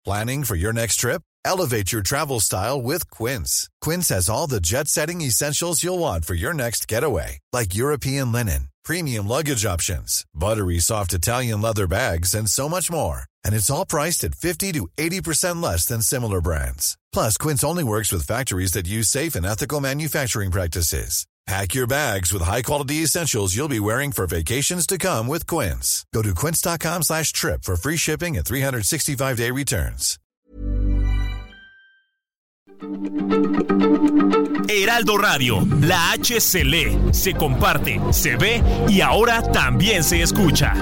Planning for your next trip? Elevate your travel style with Quince. Quince has all the jet-setting essentials you'll want for your next getaway, like European linen, premium luggage options, buttery soft Italian leather bags, and so much more. And it's all priced at 50 to 80% less than similar brands. Plus, Quince only works with factories that use safe and ethical manufacturing practices. Pack your bags with high-quality essentials you'll be wearing for vacations to come with Quince. Go to quince.com/trip for free shipping and 365-day returns. Heraldo Radio, la H se lee, se comparte, se ve y ahora también se escucha.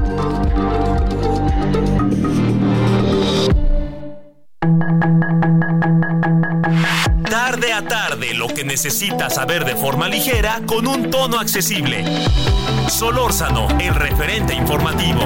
Tarde a tarde, lo que necesitas saber de forma ligera con un tono accesible. Solórzano, el referente informativo.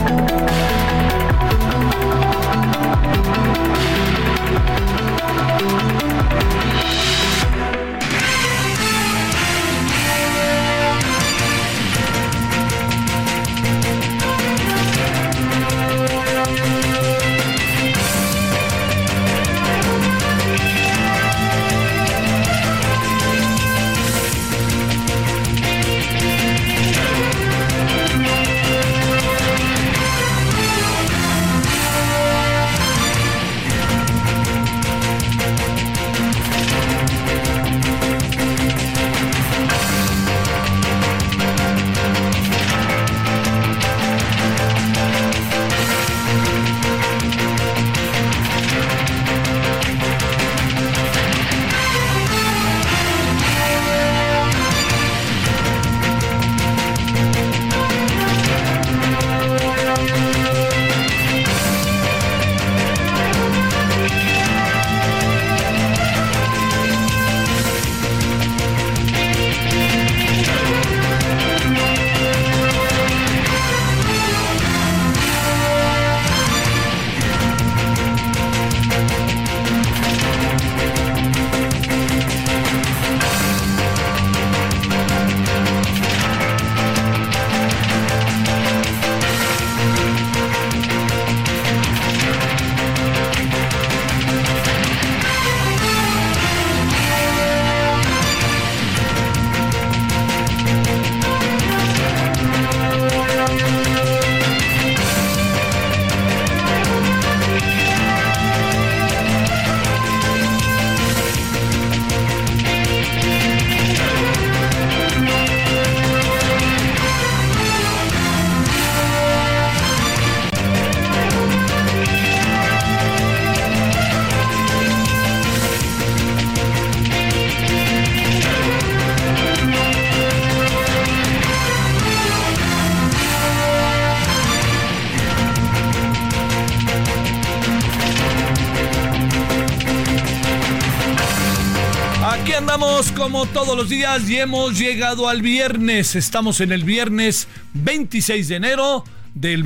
Como todos los días y hemos llegado al viernes. Estamos en el viernes 26 de enero del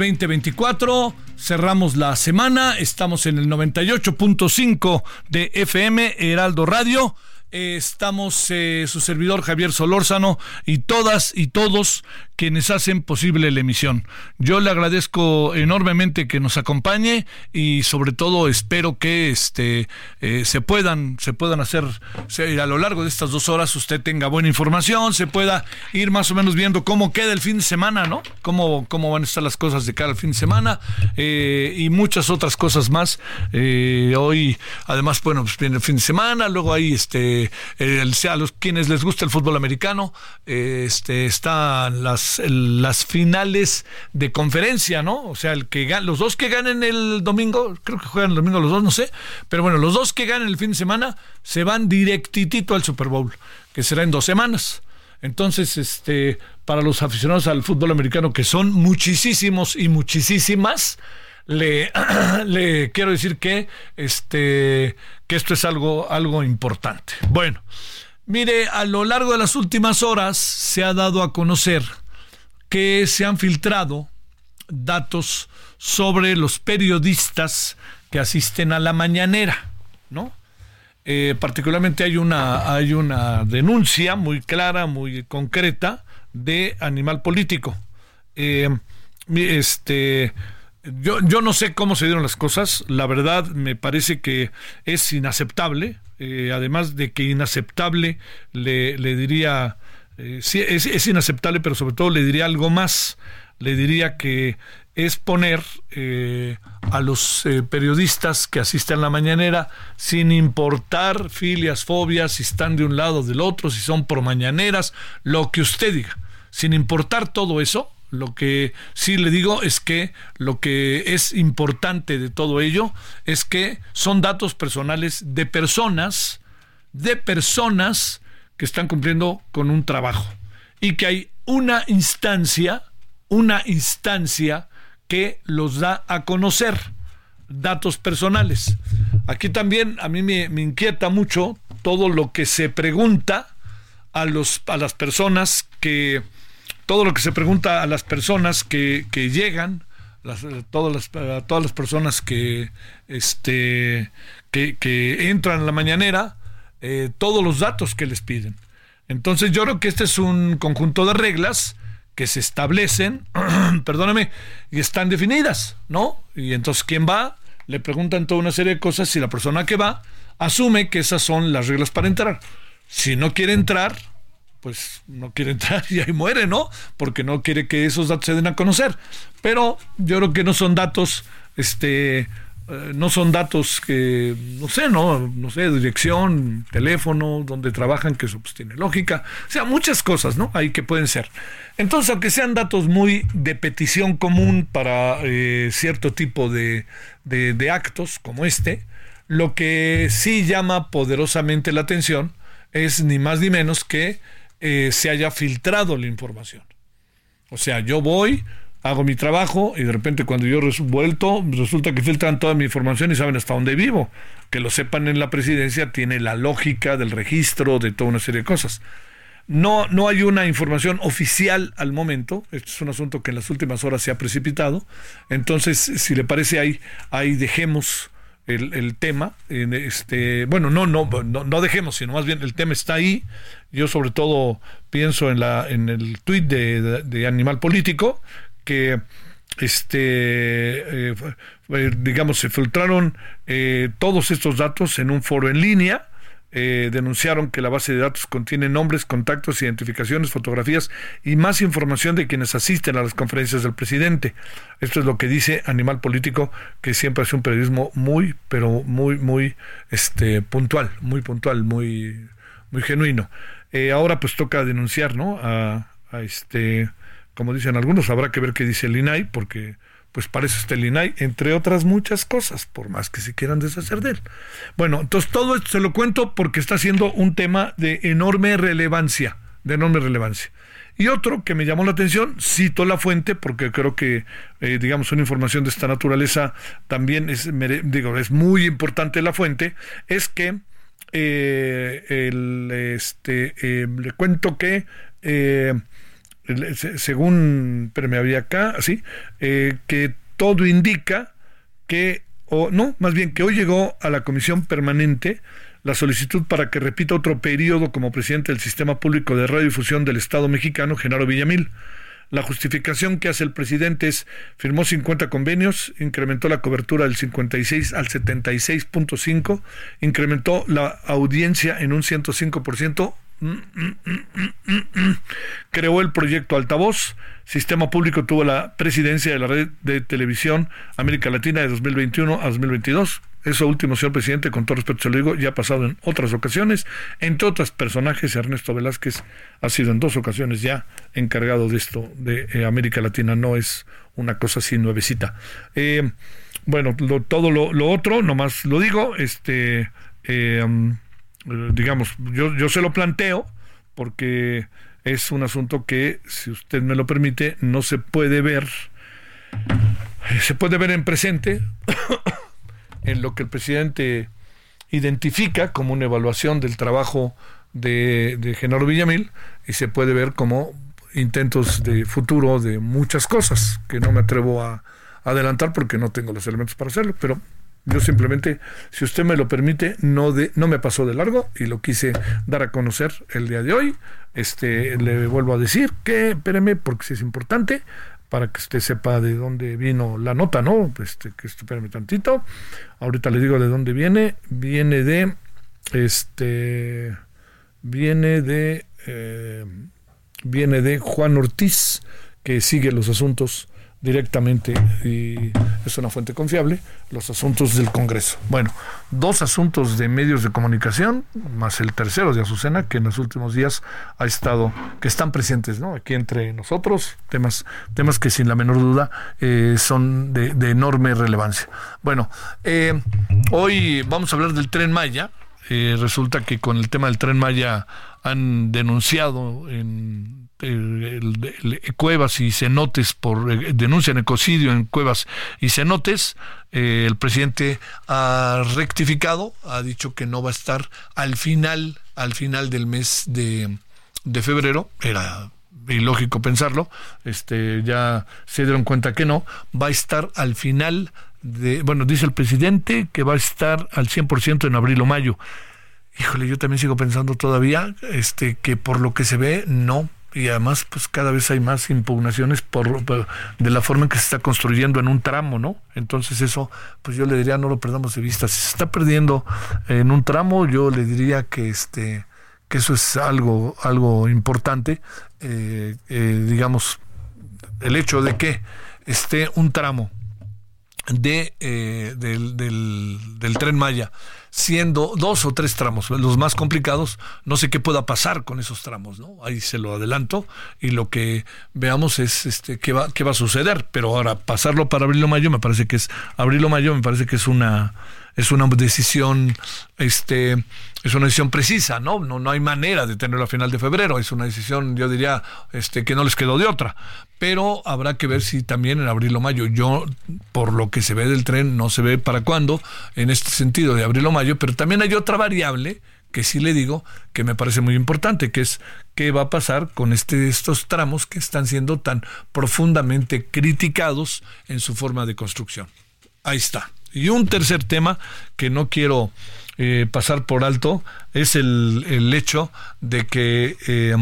2024. Cerramos la semana. Estamos en el 98.5 de FM Heraldo Radio. Estamos su servidor Javier Solórzano y todas y todos quienes hacen posible la emisión. Yo le agradezco enormemente que nos acompañe y sobre todo espero que se puedan hacer a lo largo de estas 2 horas usted tenga buena información, se pueda ir más o menos viendo cómo queda el fin de semana, ¿no? Cómo van a estar las cosas de cara al fin de semana y muchas otras cosas más. Hoy además, bueno, pues viene el fin de semana, luego hay a los quienes les gusta el fútbol americano, están las finales de conferencia, ¿no? O sea, los dos que ganen el domingo, creo que juegan el domingo los dos, no sé, pero bueno, los dos que ganen el fin de semana se van directitito al Super Bowl, que será en 2 semanas. Entonces, para los aficionados al fútbol americano, que son muchísimos y muchísimas, le quiero decir que esto es algo importante. Bueno, mire, a lo largo de las últimas horas se ha dado a conocer que se han filtrado datos sobre los periodistas que asisten a la mañanera, ¿no? Particularmente hay una denuncia muy clara, muy concreta de Animal Político. Yo no sé cómo se dieron las cosas. La verdad me parece que es inaceptable. Además de que inaceptable, le diría, sí, es inaceptable, pero sobre todo le diría algo más. Le diría que es poner a los periodistas que asisten a la mañanera, sin importar filias, fobias, si están de un lado o del otro, si son promañaneras, lo que usted diga, sin importar todo eso. Lo que sí le digo es que lo que es importante de todo ello es que son datos personales de personas que están cumpliendo con un trabajo, y que hay una instancia que los da a conocer, datos personales. Aquí también a mí me inquieta mucho todo lo que se pregunta a las personas que llegan, todas las personas que entran a la mañanera, todos los datos que les piden. Entonces yo creo que este es un conjunto de reglas que se establecen, y están definidas, ¿no? Y entonces quien va, le preguntan toda una serie de cosas, y la persona que va asume que esas son las reglas para entrar. Si no quiere entrar, pues no quiere entrar y ahí muere, ¿no? Porque no quiere que esos datos se den a conocer. Pero yo creo que no son datos, que, no sé, dirección, teléfono, donde trabajan, que eso pues tiene lógica. O sea, muchas cosas, ¿no? Ahí que pueden ser. Entonces, aunque sean datos muy de petición común para cierto tipo de actos como este, lo que sí llama poderosamente la atención es ni más ni menos que se haya filtrado la información. O sea, yo voy, hago mi trabajo, y de repente cuando yo vuelto, resulta que filtran toda mi información y saben hasta dónde vivo. Que lo sepan en la presidencia tiene la lógica del registro, de toda una serie de cosas. No hay una información oficial al momento. Este es un asunto que en las últimas horas se ha precipitado. Entonces, si le parece, ahí dejemos el tema. No dejemos, sino más bien el tema está ahí. Yo sobre todo pienso en el tuit de Animal Político, que se filtraron todos estos datos en un foro en línea. Denunciaron que la base de datos contiene nombres, contactos, identificaciones, fotografías y más información de quienes asisten a las conferencias del presidente. Esto es lo que dice Animal Político, que siempre hace un periodismo muy, pero muy puntual, muy genuino. Ahora pues toca denunciar, ¿no? Como dicen algunos, habrá que ver qué dice el INAI, porque pues para eso está el INAI, entre otras muchas cosas, por más que se quieran deshacer de él. Bueno, entonces todo esto se lo cuento porque está siendo un tema de enorme relevancia. Y otro que me llamó la atención, cito la fuente porque creo que, una información de esta naturaleza también es muy importante la fuente, es que le cuento que según, pero me había acá, así, que todo indica que hoy llegó a la Comisión Permanente la solicitud para que repita otro periodo como presidente del Sistema Público de Radiodifusión del Estado mexicano, Genaro Villamil. La justificación que hace el presidente es: firmó 50 convenios, incrementó la cobertura del 56 al 76.5, incrementó la audiencia en un 105%, creó el proyecto Altavoz, Sistema Público tuvo la presidencia de la red de televisión América Latina de 2021 a 2022. Eso último, señor presidente, con todo respeto se lo digo, ya ha pasado en otras ocasiones. Entre otros personajes, Ernesto Velázquez ha sido en 2 ocasiones ya encargado de esto, de América Latina. No es una cosa así nuevecita. Todo lo otro, nomás lo digo, yo se lo planteo porque es un asunto que, si usted me lo permite, no se puede ver, en presente en lo que el presidente identifica como una evaluación del trabajo de Genaro Villamil, y se puede ver como intentos de futuro de muchas cosas que no me atrevo a adelantar porque no tengo los elementos para hacerlo, pero yo simplemente, si usted me lo permite, no me pasó de largo y lo quise dar a conocer el día de hoy. Le vuelvo a decir que, espéreme, porque sí es importante, para que usted sepa de dónde vino la nota, ¿no? Espérame tantito. Ahorita le digo de dónde viene. Viene de Juan Ortiz, que sigue los asuntos directamente, y es una fuente confiable, los asuntos del Congreso. Bueno, 2 asuntos de medios de comunicación, más el tercero de Azucena, que en los últimos días que están presentes, ¿no? Aquí entre nosotros, temas que sin la menor duda son de enorme relevancia. Bueno, hoy vamos a hablar del Tren Maya. Resulta que con el tema del Tren Maya han denunciado en cuevas y cenotes denuncian ecocidio en cuevas y cenotes. El presidente ha rectificado, ha dicho que no va a estar al final del mes de febrero. Era ilógico pensarlo, ya se dieron cuenta que no, va a estar al final dice el presidente que va a estar al 100% en abril o mayo. Híjole, yo también sigo pensando todavía que por lo que se ve, no. Y además, pues cada vez hay más impugnaciones de la forma en que se está construyendo en un tramo, ¿no? Entonces eso, pues yo le diría, no lo perdamos de vista. Si se está perdiendo en un tramo, yo le diría que eso es algo importante. Digamos, el hecho de que esté un tramo del Tren Maya siendo 2 o 3 tramos los más complicados, no sé qué pueda pasar con esos tramos, ¿no? Ahí se lo adelanto, y lo que veamos es qué va a suceder. Pero ahora pasarlo para abril o mayo me parece que es una decisión es una decisión precisa, no hay manera de tenerlo a final de febrero. Es una decisión, yo diría, que no les quedó de otra, pero habrá que ver si también en abril o mayo. Yo, por lo que se ve del tren, no se ve para cuándo en este sentido de abril o mayo. Pero también hay otra variable que sí le digo que me parece muy importante, que es qué va a pasar con estos tramos que están siendo tan profundamente criticados en su forma de construcción. Ahí está. Y un tercer tema que no quiero pasar por alto es el hecho de que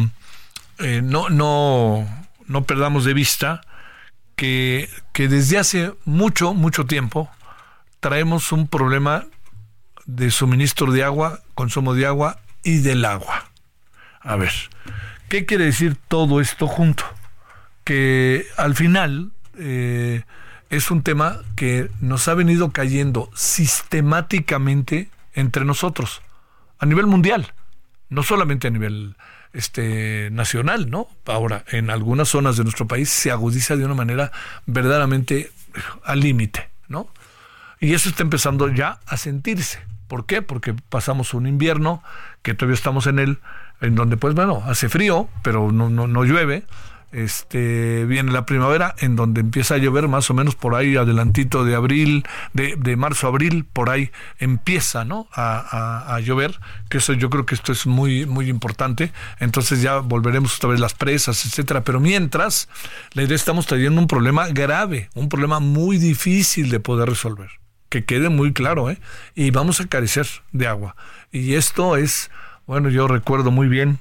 no perdamos de vista que desde hace mucho tiempo traemos un problema de suministro de agua, consumo de agua y del agua. A ver, ¿qué quiere decir todo esto junto? Que al final es un tema que nos ha venido cayendo sistemáticamente entre nosotros, a nivel mundial, no solamente a nivel nacional, ¿no? Ahora, en algunas zonas de nuestro país se agudiza de una manera verdaderamente al límite, ¿no? Y eso está empezando ya a sentirse. ¿Por qué? Porque pasamos un invierno, que todavía estamos en donde pues hace frío, pero no llueve. Viene la primavera, en donde empieza a llover más o menos por ahí adelantito de abril, de marzo a abril, por ahí empieza, ¿no? a llover, que eso yo creo que esto es muy importante. Entonces ya volveremos otra vez las presas, etcétera. Pero mientras, la idea, estamos trayendo un problema grave, un problema muy difícil de poder resolver, que quede muy claro, y vamos a carecer de agua. Y esto es, yo recuerdo muy bien,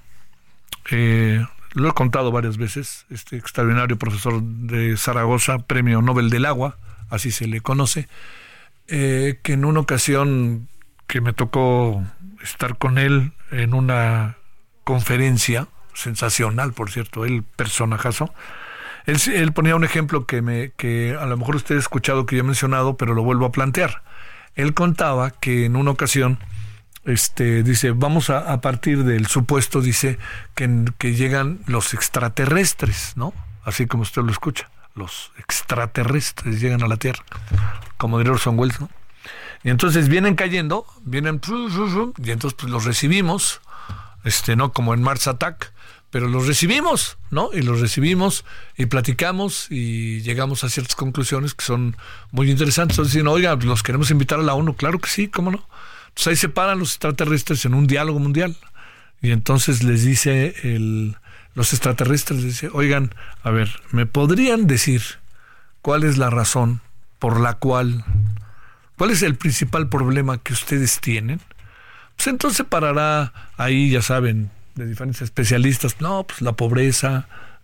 lo he contado varias veces, este extraordinario profesor de Zaragoza, Premio Nobel del Agua, así se le conoce, que en una ocasión que me tocó estar con él en una conferencia, sensacional, por cierto, el personajazo, él ponía un ejemplo que a lo mejor usted ha escuchado, que ya he mencionado, pero lo vuelvo a plantear. Él contaba que en una ocasión, dice, vamos a partir del supuesto, dice, que llegan los extraterrestres, ¿no? Así como usted lo escucha, los extraterrestres llegan a la Tierra, como diría Orson Welles, ¿no? Y entonces vienen cayendo, y entonces pues los recibimos, no como en Mars Attack, pero los recibimos, ¿no? Y los recibimos y platicamos y llegamos a ciertas conclusiones que son muy interesantes. Entonces dicen, oiga, los queremos invitar a la ONU. Claro que sí, ¿cómo no? Entonces ahí se paran los extraterrestres en un diálogo mundial. Y entonces les dice los extraterrestres, dice, oigan, a ver, ¿me podrían decir cuál es la razón por la cuál es el principal problema que ustedes tienen? Pues entonces parará ahí, ya saben, de diferentes especialistas, no, pues la pobreza,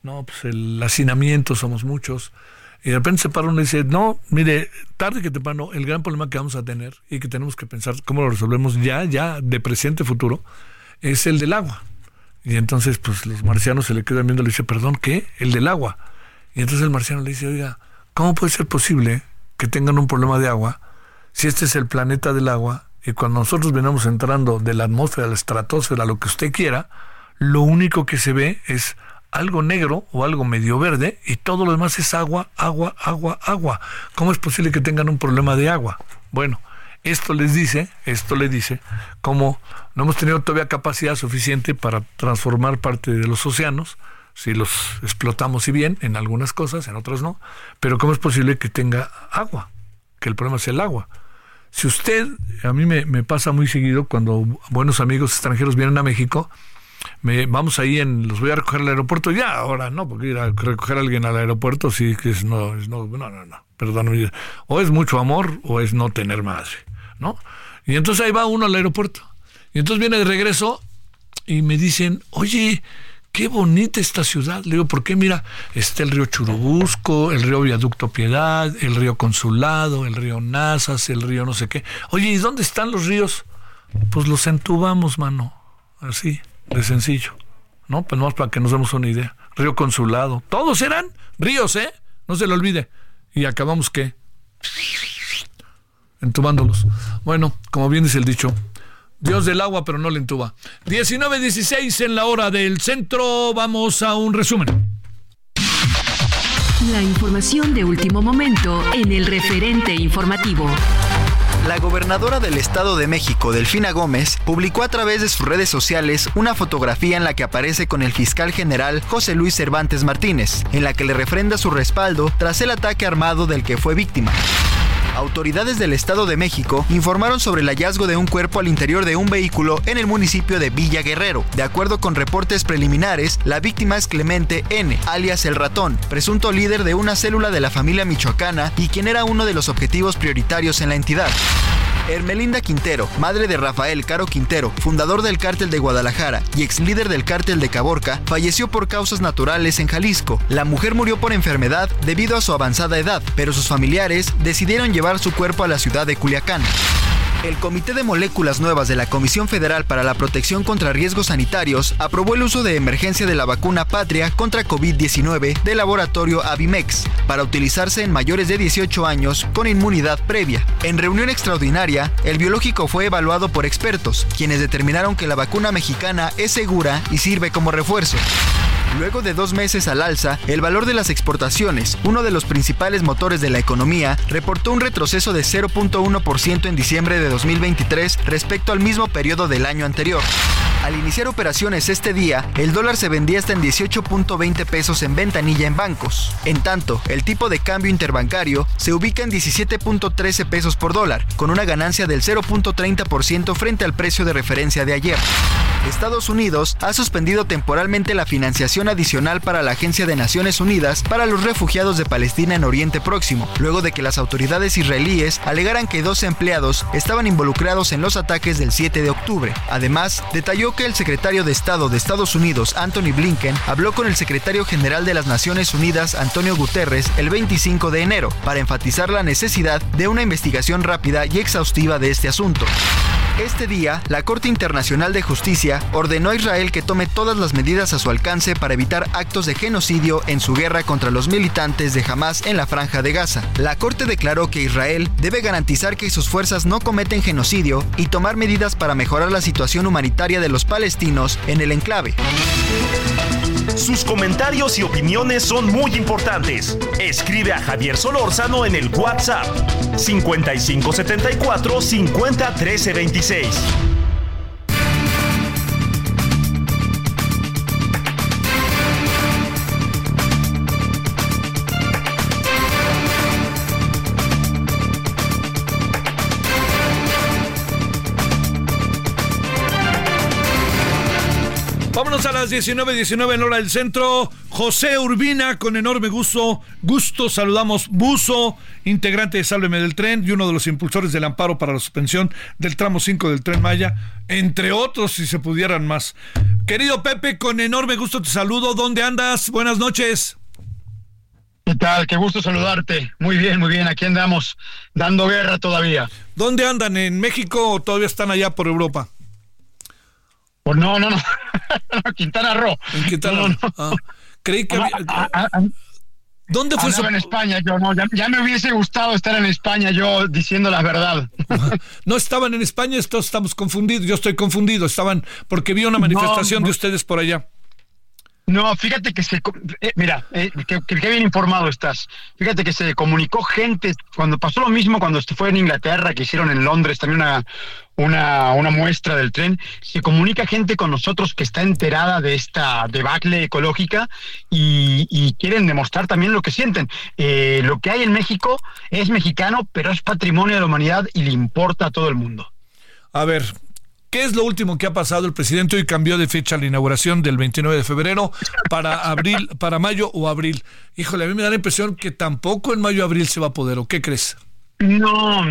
no, pues el hacinamiento, somos muchos. Y de repente se para uno y dice, no, mire, tarde que temprano, el gran problema que vamos a tener y que tenemos que pensar cómo lo resolvemos ya de presente futuro, es el del agua. Y entonces, pues los marcianos se le quedan viendo y le dicen, perdón, ¿qué? El del agua. Y entonces el marciano le dice, oiga, ¿cómo puede ser posible que tengan un problema de agua si este es el planeta del agua y cuando nosotros venimos entrando de la atmósfera, la estratosfera, lo que usted quiera, lo único que se ve es algo negro o algo medio verde y todo lo demás es agua, agua, agua, agua? ¿Cómo es posible que tengan un problema de agua? Bueno, esto le dice cómo no hemos tenido todavía capacidad suficiente para transformar parte de los océanos, si los explotamos y bien, en algunas cosas, en otras no, pero cómo es posible que tenga agua, que el problema sea el agua. Si usted, a mí me pasa muy seguido cuando buenos amigos extranjeros vienen a México, vamos ahí los voy a recoger al aeropuerto, ya ahora no, porque ir a recoger a alguien al aeropuerto sí que no, perdón, o es mucho amor o es no tener madre, ¿no? Y entonces ahí va uno al aeropuerto, y entonces viene de regreso y me dicen, oye, qué bonita esta ciudad. Le digo, ¿por qué? Mira, está el río Churubusco, el río Viaducto Piedad, el río Consulado, el río Nazas, el río no sé qué. Oye, ¿y dónde están los ríos? Pues los entubamos, mano, así de sencillo, ¿no? Pues nomás para que nos demos una idea. Río Consulado, todos eran ríos, no se le olvide. Y acabamos, ¿qué? Entubándolos. Bueno, como bien dice el dicho, Dios del agua, pero no le entuba. 19:16 en la hora del centro. Vamos a un resumen. La información de último momento en el referente informativo. La gobernadora del Estado de México, Delfina Gómez, publicó a través de sus redes sociales una fotografía en la que aparece con el fiscal general José Luis Cervantes Martínez, en la que le refrenda su respaldo tras el ataque armado del que fue víctima. Autoridades del Estado de México informaron sobre el hallazgo de un cuerpo al interior de un vehículo en el municipio de Villa Guerrero. De acuerdo con reportes preliminares, la víctima es Clemente N., alias El Ratón, presunto líder de una célula de la familia michoacana y quien era uno de los objetivos prioritarios en la entidad. Hermelinda Quintero, madre de Rafael Caro Quintero, fundador del Cártel de Guadalajara y ex líder del Cártel de Caborca, falleció por causas naturales en Jalisco. La mujer murió por enfermedad debido a su avanzada edad, pero sus familiares decidieron llevar su cuerpo a la ciudad de Culiacán. El Comité de Moléculas Nuevas de la Comisión Federal para la Protección contra Riesgos Sanitarios aprobó el uso de emergencia de la vacuna Patria contra COVID-19 del laboratorio Avimex para utilizarse en mayores de 18 años con inmunidad previa. En reunión extraordinaria, el biológico fue evaluado por expertos, quienes determinaron que la vacuna mexicana es segura y sirve como refuerzo. Luego de 2 meses al alza, el valor de las exportaciones, uno de los principales motores de la economía, reportó un retroceso de 0.1% en diciembre de 2023 respecto al mismo periodo del año anterior. Al iniciar operaciones este día, el dólar se vendía hasta en 18.20 pesos en ventanilla en bancos. En tanto, el tipo de cambio interbancario se ubica en 17.13 pesos por dólar, con una ganancia del 0.30% frente al precio de referencia de ayer. Estados Unidos ha suspendido temporalmente la financiación adicional para la Agencia de Naciones Unidas para los refugiados de Palestina en Oriente Próximo, luego de que las autoridades israelíes alegaran que 12 empleados estaban involucrados en los ataques del 7 de octubre. Además, detalló que el secretario de Estado de Estados Unidos, Anthony Blinken, habló con el secretario general de las Naciones Unidas, Antonio Guterres, el 25 de enero, para enfatizar la necesidad de una investigación rápida y exhaustiva de este asunto. Este día, la Corte Internacional de Justicia ordenó a Israel que tome todas las medidas a su alcance para evitar actos de genocidio en su guerra contra los militantes de Hamás en la Franja de Gaza. La Corte declaró que Israel debe garantizar que sus fuerzas no cometen genocidio y tomar medidas para mejorar la situación humanitaria de los palestinos en el enclave. Sus comentarios y opiniones son muy importantes. Escribe a Javier Solórzano en el WhatsApp 5574 50 13 26. Vámonos a las 19:19 en hora del centro. José Urbina, con enorme gusto saludamos. Buzo, integrante de Sálveme del Tren y uno de los impulsores del amparo para la suspensión del tramo 5 del Tren Maya, entre otros, si se pudieran más. Querido Pepe, con enorme gusto te saludo. ¿Dónde andas? Buenas noches. ¿Qué tal? Qué gusto saludarte. Muy bien, aquí andamos dando guerra todavía. ¿Dónde andan? ¿En México o todavía están allá por Europa? Pues no, Quintana Roo. En Quintana Roo. No. Ah, creí que ¿Dónde fue eso? En España, yo no, ya me hubiese gustado estar en España, yo diciendo la verdad. No estaban en España, estamos confundidos, yo estoy confundido, estaban, porque vi una manifestación de ustedes por allá. No, fíjate que mira, qué bien informado estás. Fíjate que se comunicó gente, cuando pasó lo mismo cuando fue en Inglaterra, que hicieron en Londres también una muestra del tren, se comunica gente con nosotros que está enterada de esta debacle ecológica y quieren demostrar también lo que sienten. Lo que hay en México es mexicano, pero es patrimonio de la humanidad y le importa a todo el mundo. A ver, ¿qué es lo último que ha pasado? El presidente hoy cambió de fecha la inauguración del 29 de febrero para mayo o abril. Híjole, a mí me da la impresión que tampoco en mayo o abril se va a poder, ¿o qué crees? No.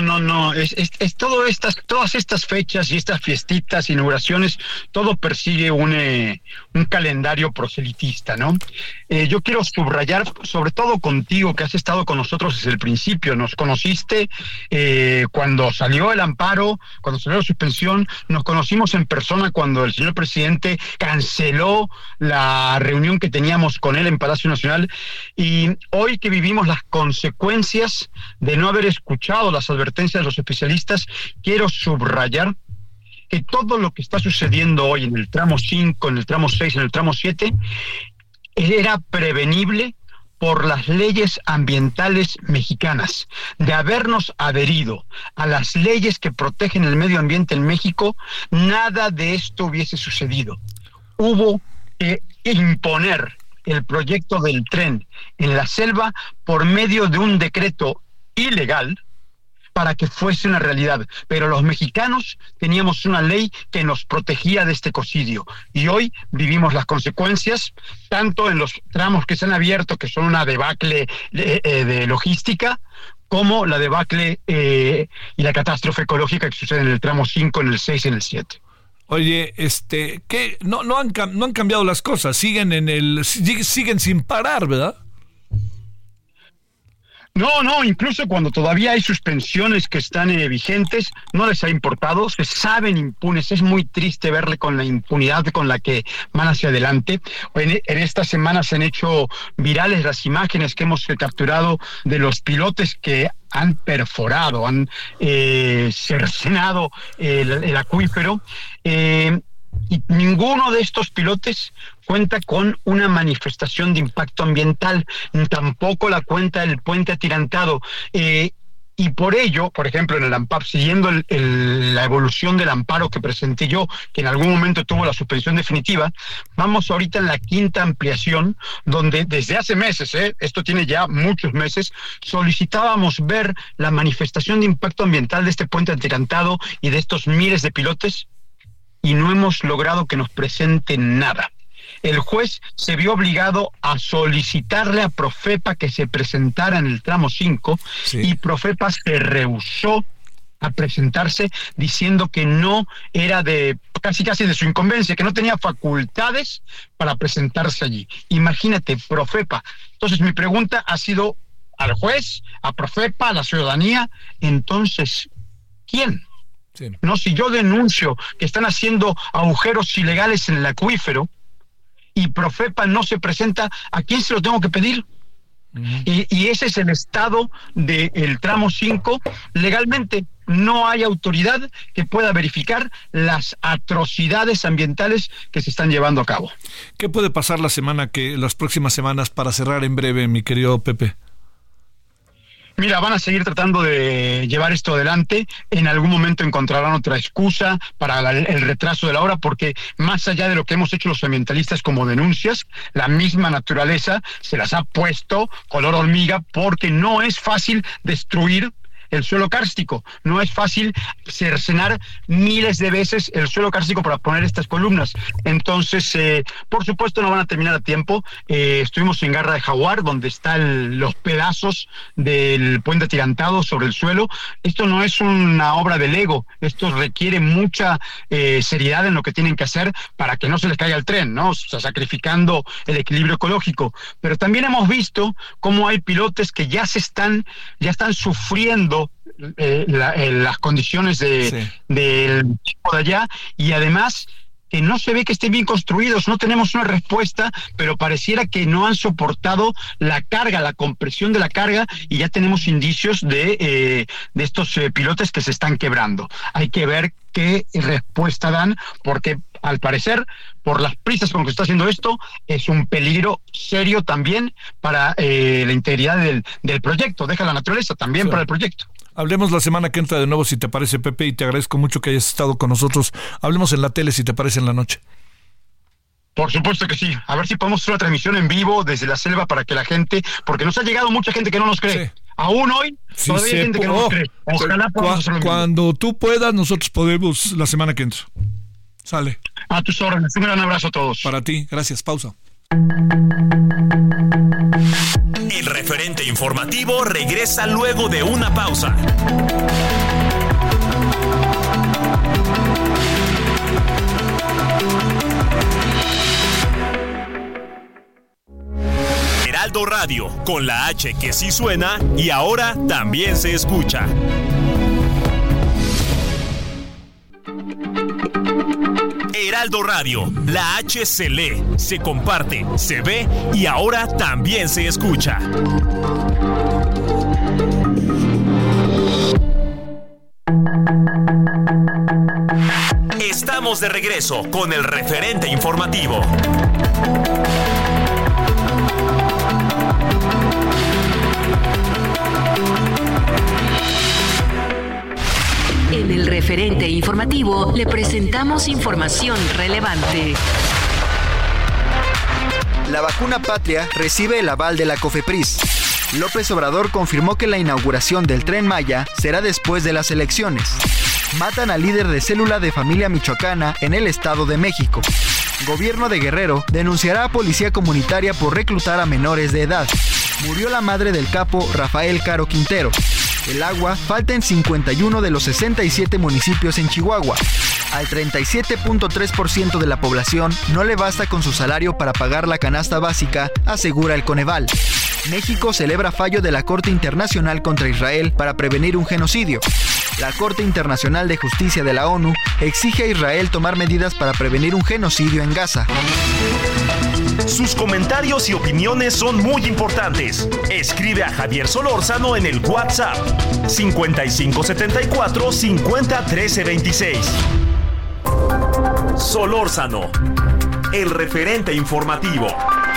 Es todas estas fechas y estas fiestitas, inauguraciones, todo persigue un calendario proselitista, ¿no? Yo quiero subrayar, sobre todo contigo, que has estado con nosotros desde el principio. Nos conociste cuando salió el amparo, cuando salió la suspensión, nos conocimos en persona cuando el señor presidente canceló la reunión que teníamos con él en Palacio Nacional, y hoy que vivimos las consecuencias de no haber escuchado las advertencias de los especialistas, quiero subrayar que todo lo que está sucediendo hoy en el tramo 5, en el tramo 6, en el tramo 7, era prevenible por las leyes ambientales mexicanas. De habernos adherido a las leyes que protegen el medio ambiente en México, nada de esto hubiese sucedido. Hubo que imponer el proyecto del tren en la selva por medio de un decreto ilegal para que fuese una realidad, pero los mexicanos teníamos una ley que nos protegía de este ecocidio, y hoy vivimos las consecuencias, tanto en los tramos que se han abierto, que son una debacle de logística, como la debacle y la catástrofe ecológica que sucede en el tramo 5, en el 6 y en el 7. Oye, ¿qué? No han cambiado las cosas, siguen sin parar, ¿verdad? No, incluso cuando todavía hay suspensiones que están vigentes, no les ha importado, se saben impunes. Es muy triste verle con la impunidad con la que van hacia adelante. En esta semana se han hecho virales las imágenes que hemos capturado de los pilotes que han perforado, han cercenado el acuífero, y ninguno de estos pilotes cuenta con una manifestación de impacto ambiental, tampoco la cuenta el puente atirantado, y por ello, por ejemplo, en el amparo, siguiendo la evolución del amparo que presenté yo, que en algún momento tuvo la suspensión definitiva, vamos ahorita en la quinta ampliación, donde desde hace meses, esto tiene ya muchos meses, solicitábamos ver la manifestación de impacto ambiental de este puente atirantado y de estos miles de pilotes, y no hemos logrado que nos presenten nada. El juez se vio obligado a solicitarle a Profepa que se presentara en el tramo 5, sí, y Profepa se rehusó a presentarse diciendo que no era casi de su incumbencia, que no tenía facultades para presentarse allí. Imagínate, Profepa. Entonces mi pregunta ha sido al juez, a Profepa, a la ciudadanía, entonces, ¿quién? Sí. No, si yo denuncio que están haciendo agujeros ilegales en el acuífero y Profepa no se presenta, ¿a quién se lo tengo que pedir? Uh-huh. Y ese es el estado del tramo 5. Legalmente no hay autoridad que pueda verificar las atrocidades ambientales que se están llevando a cabo. ¿Qué puede pasar las próximas semanas, para cerrar en breve, mi querido Pepe? Mira, van a seguir tratando de llevar esto adelante. En algún momento encontrarán otra excusa para el retraso de la obra, porque más allá de lo que hemos hecho los ambientalistas como denuncias, la misma naturaleza se las ha puesto color hormiga, porque no es fácil destruir el suelo kárstico. No es fácil cercenar miles de veces el suelo kárstico para poner estas columnas. Entonces, por supuesto, no van a terminar a tiempo. Estuvimos en Garra de Jaguar, donde están los pedazos del puente atirantado sobre el suelo. Esto no es una obra de Lego, esto requiere mucha seriedad en lo que tienen que hacer para que no se les caiga el tren, ¿no? O sea, sacrificando el equilibrio ecológico. Pero también hemos visto cómo hay pilotes que ya están sufriendo las condiciones del equipo de allá, y además que no se ve que estén bien construidos. No tenemos una respuesta, pero pareciera que no han soportado la carga, la compresión de la carga, y ya tenemos indicios de estos pilotes que se están quebrando. Hay que ver qué respuesta dan, porque al parecer, por las prisas con que se está haciendo esto, es un peligro serio también para la integridad del proyecto. Deja la naturaleza también para el proyecto. Hablemos la semana que entra de nuevo, si te parece, Pepe, y te agradezco mucho que hayas estado con nosotros. Hablemos en la tele, si te parece, en la noche. Por supuesto que sí. A ver si podemos hacer una transmisión en vivo desde la selva para que la gente, porque nos ha llegado mucha gente que no nos cree. Sí. Aún hoy, todavía hay gente que no nos cree. Ojalá podamos hacerlo en vivo. Cuando tú puedas, nosotros podemos la semana que entra. Sale. A tus órdenes. Un gran abrazo a todos. Para ti. Gracias. Pausa. El referente informativo regresa luego de una pausa. Heraldo Radio, con la H que sí suena y ahora también se escucha. Heraldo Radio, la H se lee, se comparte, se ve y ahora también se escucha. Estamos de regreso con el referente informativo. En el referente informativo le presentamos información relevante. La vacuna Patria recibe el aval de la COFEPRIS. López Obrador confirmó que la inauguración del Tren Maya será después de las elecciones. Matan al líder de célula de familia michoacana en el Estado de México. Gobierno de Guerrero denunciará a policía comunitaria por reclutar a menores de edad. Murió la madre del capo Rafael Caro Quintero. El agua falta en 51 de los 67 municipios en Chihuahua. Al 37.3% de la población no le basta con su salario para pagar la canasta básica, asegura el Coneval. México celebra fallo de la Corte Internacional contra Israel para prevenir un genocidio. La Corte Internacional de Justicia de la ONU exige a Israel tomar medidas para prevenir un genocidio en Gaza. Sus comentarios y opiniones son muy importantes. Escribe a Javier Solórzano en el WhatsApp 5574 50 13 26. Solórzano, el referente informativo.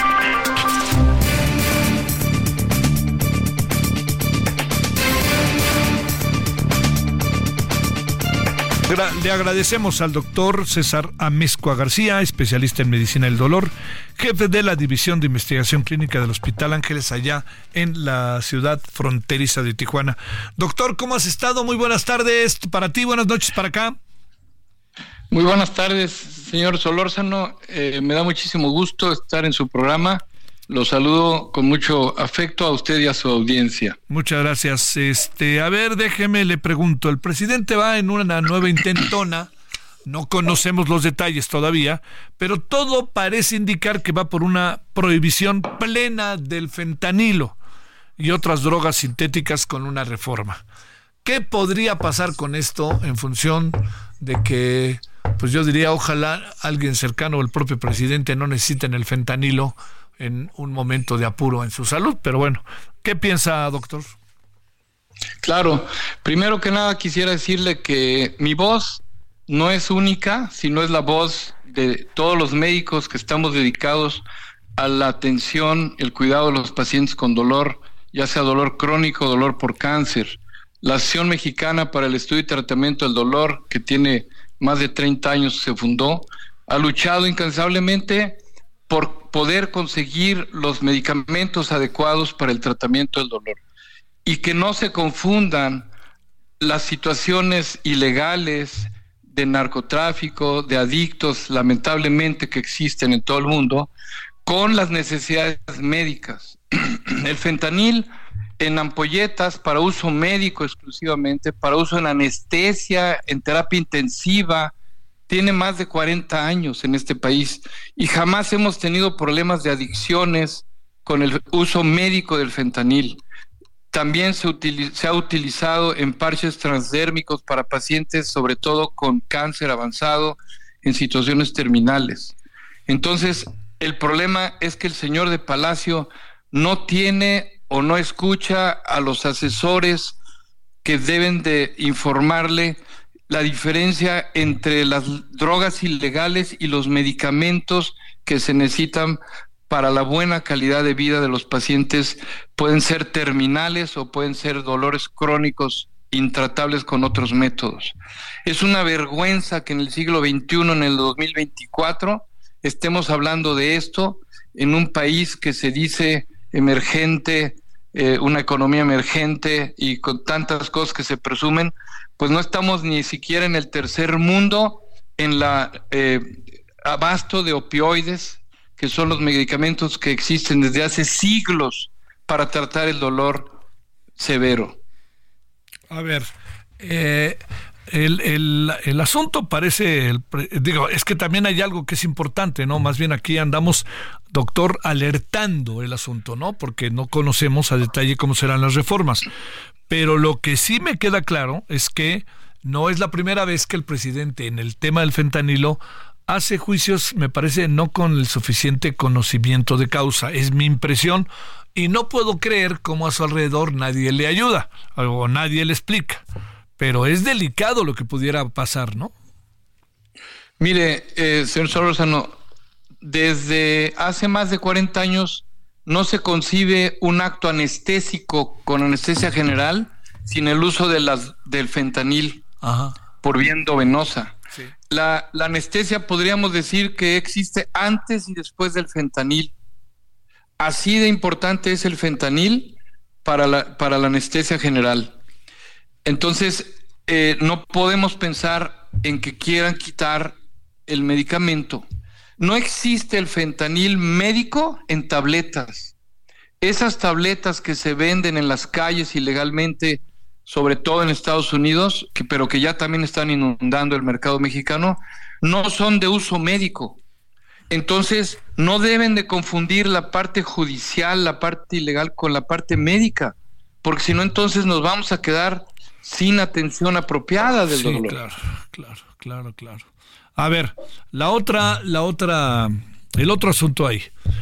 Le agradecemos al doctor César Amezcua García, especialista en medicina del dolor, jefe de la División de Investigación Clínica del Hospital Ángeles, allá en la ciudad fronteriza de Tijuana. Doctor, ¿cómo has estado? Muy buenas tardes para ti, buenas noches para acá. Muy buenas tardes, señor Solórzano. Me da muchísimo gusto estar en su programa. Los saludo con mucho afecto a usted y a su audiencia. Muchas gracias. A ver, déjeme, le pregunto. El presidente va en una nueva intentona. No conocemos los detalles todavía, pero todo parece indicar que va por una prohibición plena del fentanilo y otras drogas sintéticas con una reforma. ¿Qué podría pasar con esto en función de que, pues yo diría, ojalá alguien cercano al propio presidente no necesiten el fentanilo en un momento de apuro en su salud? Pero bueno, ¿qué piensa, doctor? Claro, primero que nada quisiera decirle que mi voz no es única, sino es la voz de todos los médicos que estamos dedicados a la atención, el cuidado de los pacientes con dolor, ya sea dolor crónico, dolor por cáncer. La Asociación Mexicana para el Estudio y Tratamiento del Dolor, que tiene más de 30 años, se fundó, ha luchado incansablemente por poder conseguir los medicamentos adecuados para el tratamiento del dolor y que no se confundan las situaciones ilegales de narcotráfico, de adictos, lamentablemente que existen en todo el mundo, con las necesidades médicas. El fentanil en ampolletas para uso médico exclusivamente, para uso en anestesia, en terapia intensiva, tiene más de 40 años en este país y jamás hemos tenido problemas de adicciones con el uso médico del fentanil. También se ha utilizado en parches transdérmicos para pacientes, sobre todo con cáncer avanzado, en situaciones terminales. Entonces, el problema es que el señor de Palacio no tiene o no escucha a los asesores que deben de informarle la diferencia entre las drogas ilegales y los medicamentos que se necesitan para la buena calidad de vida de los pacientes. Pueden ser terminales o pueden ser dolores crónicos intratables con otros métodos. Es una vergüenza que en el siglo XXI, en el 2024, estemos hablando de esto en un país que se dice emergente, una economía emergente y con tantas cosas que se presumen, pues no estamos ni siquiera en el tercer mundo en la abasto de opioides, que son los medicamentos que existen desde hace siglos para tratar el dolor severo. A ver, el asunto parece, es que también hay algo que es importante, ¿no? Más bien aquí andamos, doctor, alertando el asunto, ¿no? Porque no conocemos a detalle cómo serán las reformas. Pero lo que sí me queda claro es que no es la primera vez que el presidente en el tema del fentanilo hace juicios, me parece, no con el suficiente conocimiento de causa. Es mi impresión y no puedo creer cómo a su alrededor nadie le ayuda o nadie le explica. Pero es delicado lo que pudiera pasar, ¿no? Mire, señor Solórzano, desde hace más de 40 años no se concibe un acto anestésico con anestesia general sin el uso del fentanil. Ajá. Por vía endovenosa. Sí. La anestesia podríamos decir que existe antes y después del fentanil. Así de importante es el fentanil para la anestesia general. Entonces, no podemos pensar en que quieran quitar el medicamento. No existe el fentanil médico en tabletas. Esas tabletas que se venden en las calles ilegalmente, sobre todo en Estados Unidos, pero que ya también están inundando el mercado mexicano, no son de uso médico. Entonces, no deben de confundir la parte judicial, la parte ilegal con la parte médica, porque si no, entonces nos vamos a quedar sin atención apropiada del dolor. Claro. A ver, el otro asunto ahí.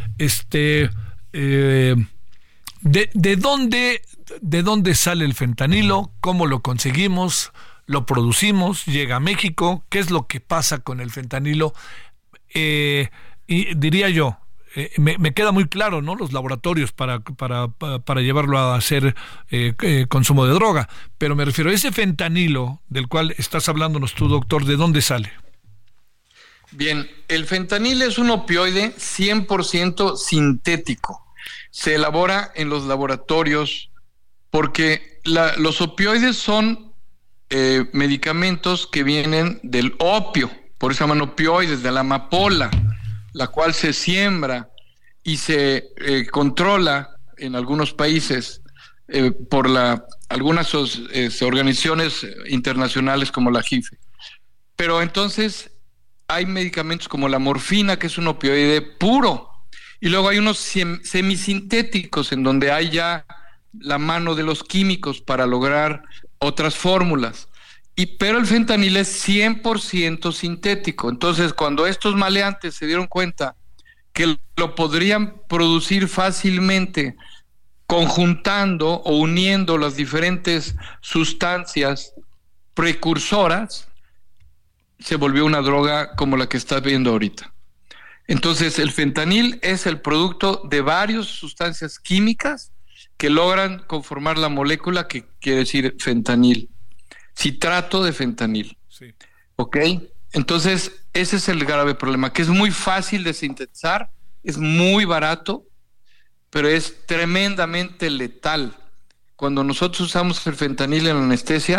¿De dónde sale el fentanilo? ¿Cómo lo conseguimos? ¿Lo producimos? ¿Llega a México? ¿Qué es lo que pasa con el fentanilo? Y diría yo, me queda muy claro, ¿no? Los laboratorios para llevarlo a hacer consumo de droga. Pero me refiero a ese fentanilo del cual estás hablándonos tú, doctor, ¿de dónde sale? Bien, el fentanil es un opioide 100% sintético. Se elabora en los laboratorios porque los opioides son medicamentos que vienen del opio, por eso se llaman opioides, de la amapola, la cual se siembra y se controla en algunos países por algunas organizaciones internacionales como la JIFE. Pero entonces hay medicamentos como la morfina, que es un opioide puro, y luego hay unos semisintéticos en donde hay ya la mano de los químicos para lograr otras fórmulas. Pero el fentanil es 100% sintético. Entonces, cuando estos maleantes se dieron cuenta que lo podrían producir fácilmente conjuntando o uniendo las diferentes sustancias precursoras, se volvió una droga como la que estás viendo ahorita. Entonces, el fentanil es el producto de varias sustancias químicas que logran conformar la molécula que quiere decir fentanil. Citrato de fentanil. Sí. ¿Ok? Entonces, ese es el grave problema, que es muy fácil de sintetizar, es muy barato, pero es tremendamente letal. Cuando nosotros usamos el fentanil en la anestesia,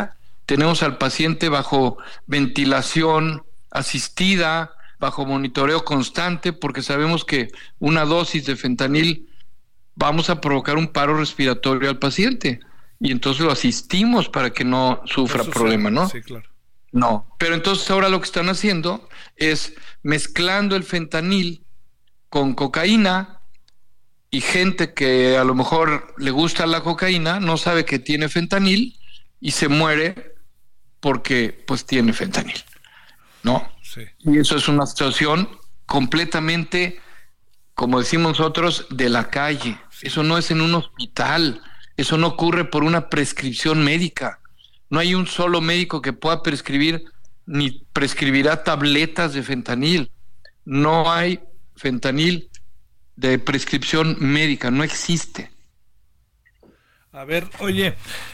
tenemos al paciente bajo ventilación asistida, bajo monitoreo constante, porque sabemos que una dosis de fentanil vamos a provocar un paro respiratorio al paciente, y entonces lo asistimos para que no sufra problema, ¿no? Sí, claro. No, pero entonces ahora lo que están haciendo es mezclando el fentanil con cocaína, y gente que a lo mejor le gusta la cocaína no sabe que tiene fentanil y se muere porque pues tiene fentanil, ¿no? Sí. Y eso es una situación completamente, como decimos nosotros, de la calle. Eso no es en un hospital, eso no ocurre por una prescripción médica. No hay un solo médico que pueda prescribir, ni prescribirá tabletas de fentanil. No hay fentanil de prescripción médica, no existe. A ver, oye,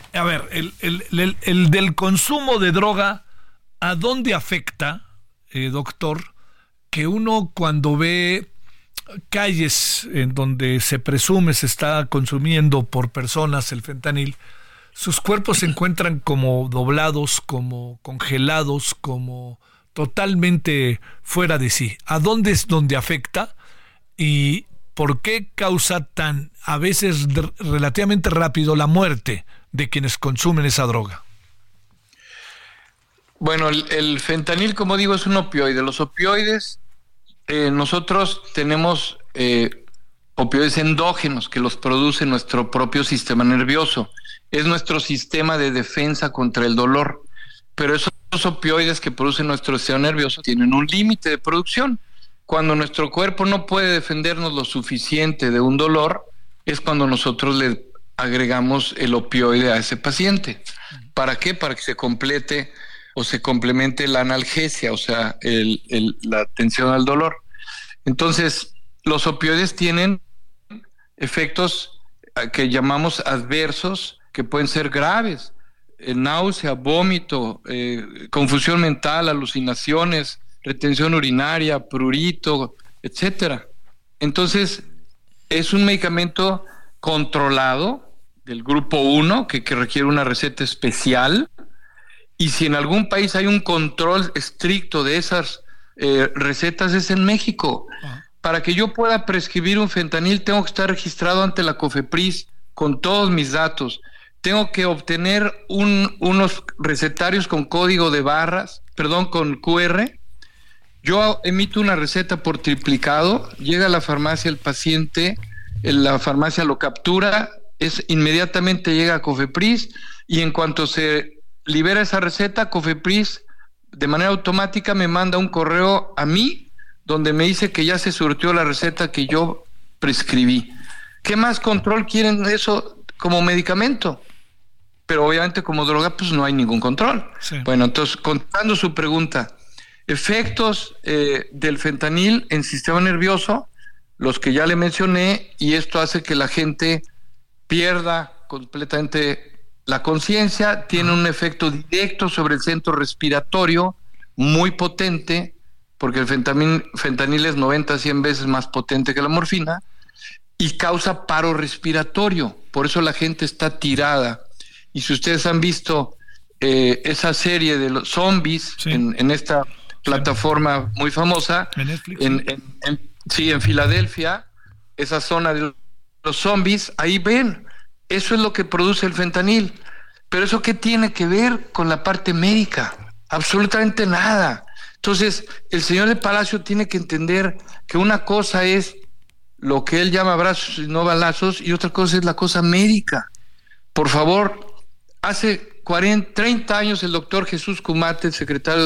el del consumo de droga, ¿a dónde afecta, doctor, que uno cuando ve calles en donde se presume se está consumiendo por personas el fentanil, sus cuerpos se encuentran como doblados, como congelados, como totalmente fuera de sí? ¿A dónde es donde afecta? ¿Y por qué causa tan, a veces relativamente rápido, la muerte de quienes consumen esa droga? Bueno, el fentanil, como digo, es un opioide. Los opioides, nosotros tenemos opioides endógenos que los produce nuestro propio sistema nervioso. Es nuestro sistema de defensa contra el dolor. Pero esos opioides que produce nuestro sistema nervioso tienen un límite de producción. Cuando nuestro cuerpo no puede defendernos lo suficiente de un dolor, es cuando nosotros le agregamos el opioide a ese paciente. ¿Para qué? Para que se complete o se complemente la analgesia, o sea, la atención al dolor. Entonces, los opioides tienen efectos que llamamos adversos, que pueden ser graves: náusea, vómito, confusión mental, alucinaciones, retención urinaria, prurito, etcétera. Entonces, es un medicamento controlado del grupo 1 que requiere una receta especial, y si en algún país hay un control estricto de esas recetas es en México. Para que yo pueda prescribir un fentanil tengo que estar registrado ante la COFEPRIS con todos mis datos. Tengo que obtener unos recetarios con código de barras, con QR. Yo emito una receta por triplicado, llega a la farmacia el paciente, la farmacia lo captura, inmediatamente llega a COFEPRIS, y en cuanto se libera esa receta, COFEPRIS de manera automática me manda un correo a mí donde me dice que ya se surtió la receta que yo prescribí. ¿Qué más control quieren de eso como medicamento? Pero obviamente como droga pues no hay ningún control. Sí. Bueno, entonces, contando su pregunta, efectos del fentanil en sistema nervioso, los que ya le mencioné, y esto hace que la gente pierda completamente la conciencia, tiene un efecto directo sobre el centro respiratorio muy potente, porque el fentanil es 90 a 100 veces más potente que la morfina, y causa paro respiratorio. Por eso la gente está tirada. Y si ustedes han visto esa serie de los zombies, sí, en esta plataforma muy famosa, en Netflix, en Filadelfia, esa zona de los zombies, ahí ven, eso es lo que produce el fentanil. Pero ¿eso qué tiene que ver con la parte médica? Absolutamente nada. Entonces, el señor de Palacio tiene que entender que una cosa es lo que él llama abrazos y no balazos, y otra cosa es la cosa médica. Por favor, hace 30 años el doctor Jesús Kumate, el secretario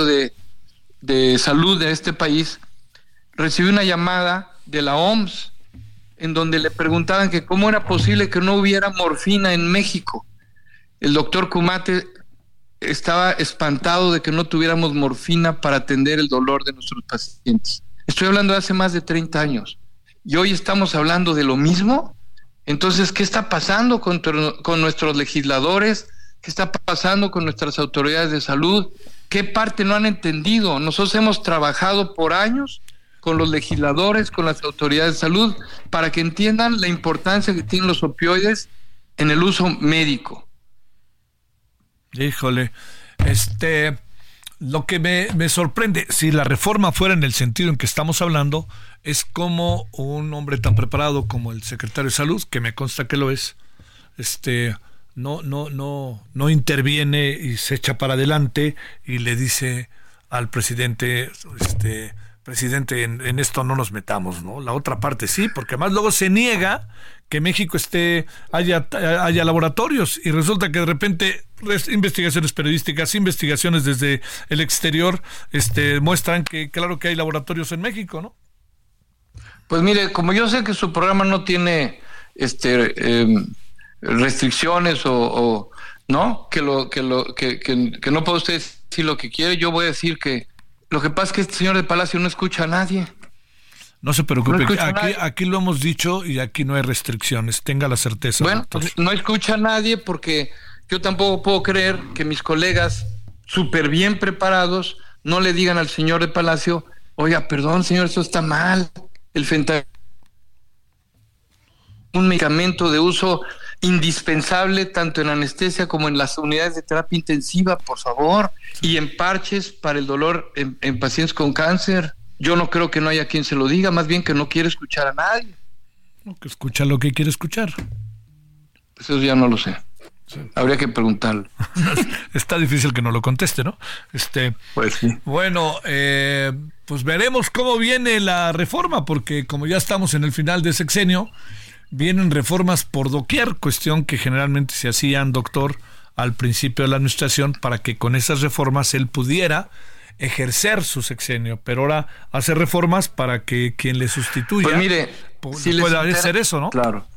de Salud de este país, recibió una llamada de la OMS en donde le preguntaban que cómo era posible que no hubiera morfina en México. El doctor Kumate estaba espantado de que no tuviéramos morfina para atender el dolor de nuestros pacientes. Estoy hablando de hace más de 30 años. Y hoy estamos hablando de lo mismo. Entonces, ¿qué está pasando con nuestros legisladores? ¿Qué está pasando con nuestras autoridades de salud? ¿Qué parte no han entendido? Nosotros hemos trabajado por años con los legisladores, con las autoridades de salud, para que entiendan la importancia que tienen los opioides en el uso médico. Híjole. Lo que me sorprende, si la reforma fuera en el sentido en que estamos hablando, es como un hombre tan preparado como el secretario de Salud, que me consta que lo es, no interviene y se echa para adelante y le dice al presidente, presidente, en esto no nos metamos, ¿no? La otra parte sí, porque además luego se niega que México haya laboratorios, y resulta que de repente investigaciones periodísticas, investigaciones desde el exterior, muestran que claro que hay laboratorios en México, ¿no? Pues mire, como yo sé que su programa no tiene restricciones o no, que no puede usted decir lo que quiere, yo voy a decir que lo que pasa es que este señor de Palacio no escucha a nadie. No se preocupe, aquí lo hemos dicho y aquí no hay restricciones, tenga la certeza. Bueno, pues no escucha a nadie, porque yo tampoco puedo creer que mis colegas súper bien preparados no le digan al señor de Palacio, oiga, perdón señor, eso está mal, el fentanilo, un medicamento de uso indispensable tanto en anestesia como en las unidades de terapia intensiva, por favor, y en parches para el dolor en pacientes con cáncer. Yo no creo que no haya quien se lo diga, más bien que no quiere escuchar a nadie. Que escucha lo que quiere escuchar. Eso ya no lo sé. Sí. Habría que preguntarlo. Está difícil que no lo conteste, ¿no? Pues sí. Bueno, pues veremos cómo viene la reforma, porque como ya estamos en el final de sexenio, vienen reformas por doquier, cuestión que generalmente se hacían, doctor, al principio de la administración, para que con esas reformas él pudiera ejercer su sexenio, pero ahora hace reformas para que quien le sustituya, pues mire, si pueda hacer eso, ¿no? Claro.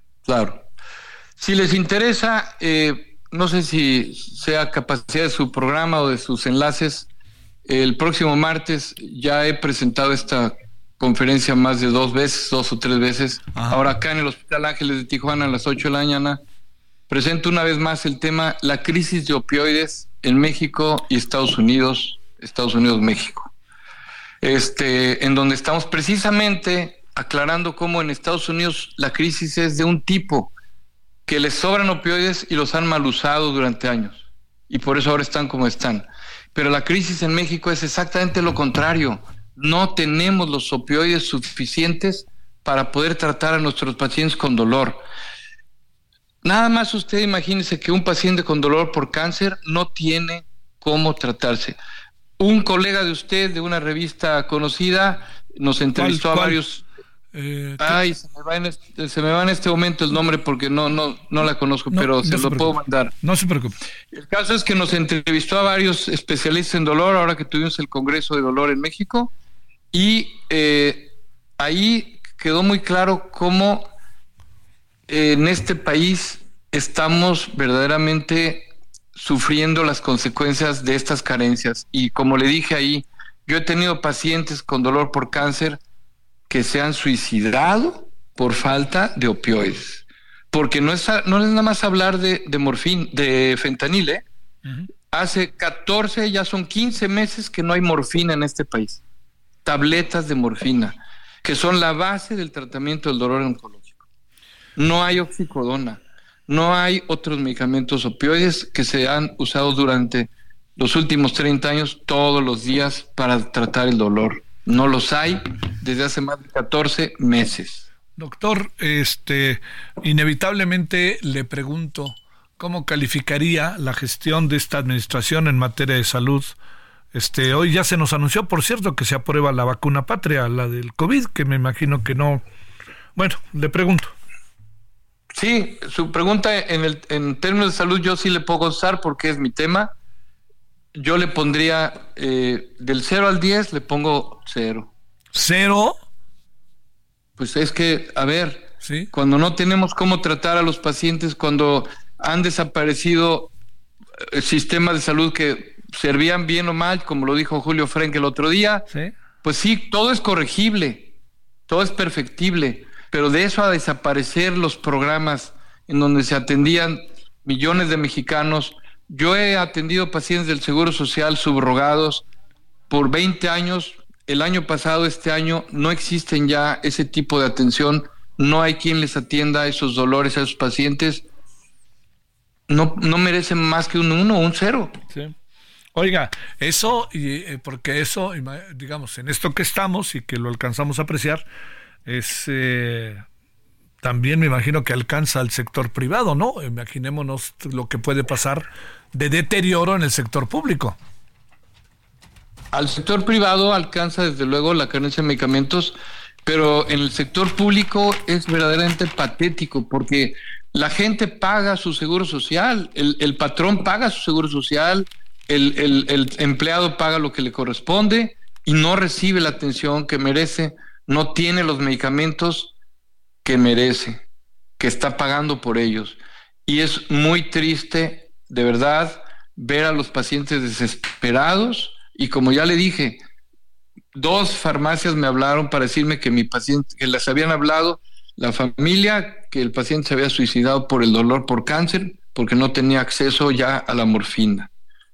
Si les interesa, no sé si sea capacidad de su programa o de sus enlaces, el próximo martes ya he presentado esta conferencia más de 2 o 3 veces. Ajá. Ahora acá en el Hospital Ángeles de Tijuana a las 8 de la mañana presento una vez más el tema, la crisis de opioides en México y Estados Unidos, México. En donde estamos precisamente aclarando cómo en Estados Unidos la crisis es de un tipo, que les sobran opioides y los han mal usado durante años, y por eso ahora están como están. Pero la crisis en México es exactamente lo contrario. No tenemos los opioides suficientes para poder tratar a nuestros pacientes con dolor. Nada más usted imagínese que un paciente con dolor por cáncer no tiene cómo tratarse. Un colega de usted, de una revista conocida, nos entrevistó a varios... se me va en este momento el nombre porque no la conozco, pero se lo puedo mandar. No se preocupe. El caso es que nos entrevistó a varios especialistas en dolor, ahora que tuvimos el Congreso de Dolor en México, y ahí quedó muy claro cómo en este país estamos verdaderamente sufriendo las consecuencias de estas carencias. Y como le dije ahí, yo he tenido pacientes con dolor por cáncer que se han suicidado por falta de opioides, porque no es nada más hablar de fentanil, ¿eh? Uh-huh. Hace 14, ya son 15 meses que no hay morfina en este país, tabletas de morfina, que son la base del tratamiento del dolor oncológico. No hay oxicodona, no hay otros medicamentos opioides que se han usado durante los últimos 30 años todos los días para tratar el dolor. No los hay desde hace más de 14 meses. Doctor, inevitablemente le pregunto, ¿cómo calificaría la gestión de esta administración en materia de salud? Hoy ya se nos anunció, por cierto, que se aprueba la vacuna patria, la del COVID, que me imagino que no. Bueno, le pregunto. Sí, su pregunta en términos de salud yo sí le puedo contestar porque es mi tema. Yo le pondría del 0 al 10, le pongo 0. ¿0? Pues es que, a ver, ¿sí? Cuando no tenemos cómo tratar a los pacientes, cuando han desaparecido sistemas de salud que servían bien o mal, como lo dijo Julio Frenk el otro día, ¿sí? Pues sí, todo es corregible, todo es perfectible, pero de eso a desaparecer los programas en donde se atendían millones de mexicanos. Yo he atendido pacientes del Seguro Social subrogados por 20 años. El año pasado, este año, no existen ya ese tipo de atención. No hay quien les atienda esos dolores a esos pacientes. No merecen más que un 1 o un 0. Sí. Oiga, eso, porque eso, digamos, en esto que estamos y que lo alcanzamos a apreciar, es también me imagino que alcanza al sector privado, ¿no? Imaginémonos lo que puede pasar de deterioro en el sector público. Al sector privado alcanza desde luego la carencia de medicamentos, pero en el sector público es verdaderamente patético porque la gente paga su seguro social, el patrón paga su seguro social, el empleado paga lo que le corresponde y no recibe la atención que merece, no tiene los medicamentos que merece, que está pagando por ellos. Y es muy triste, de verdad, ver a los pacientes desesperados. Y como ya le dije, 2 farmacias me hablaron para decirme que mi paciente, que les habían hablado la familia, que el paciente se había suicidado por el dolor por cáncer, porque no tenía acceso ya a la morfina.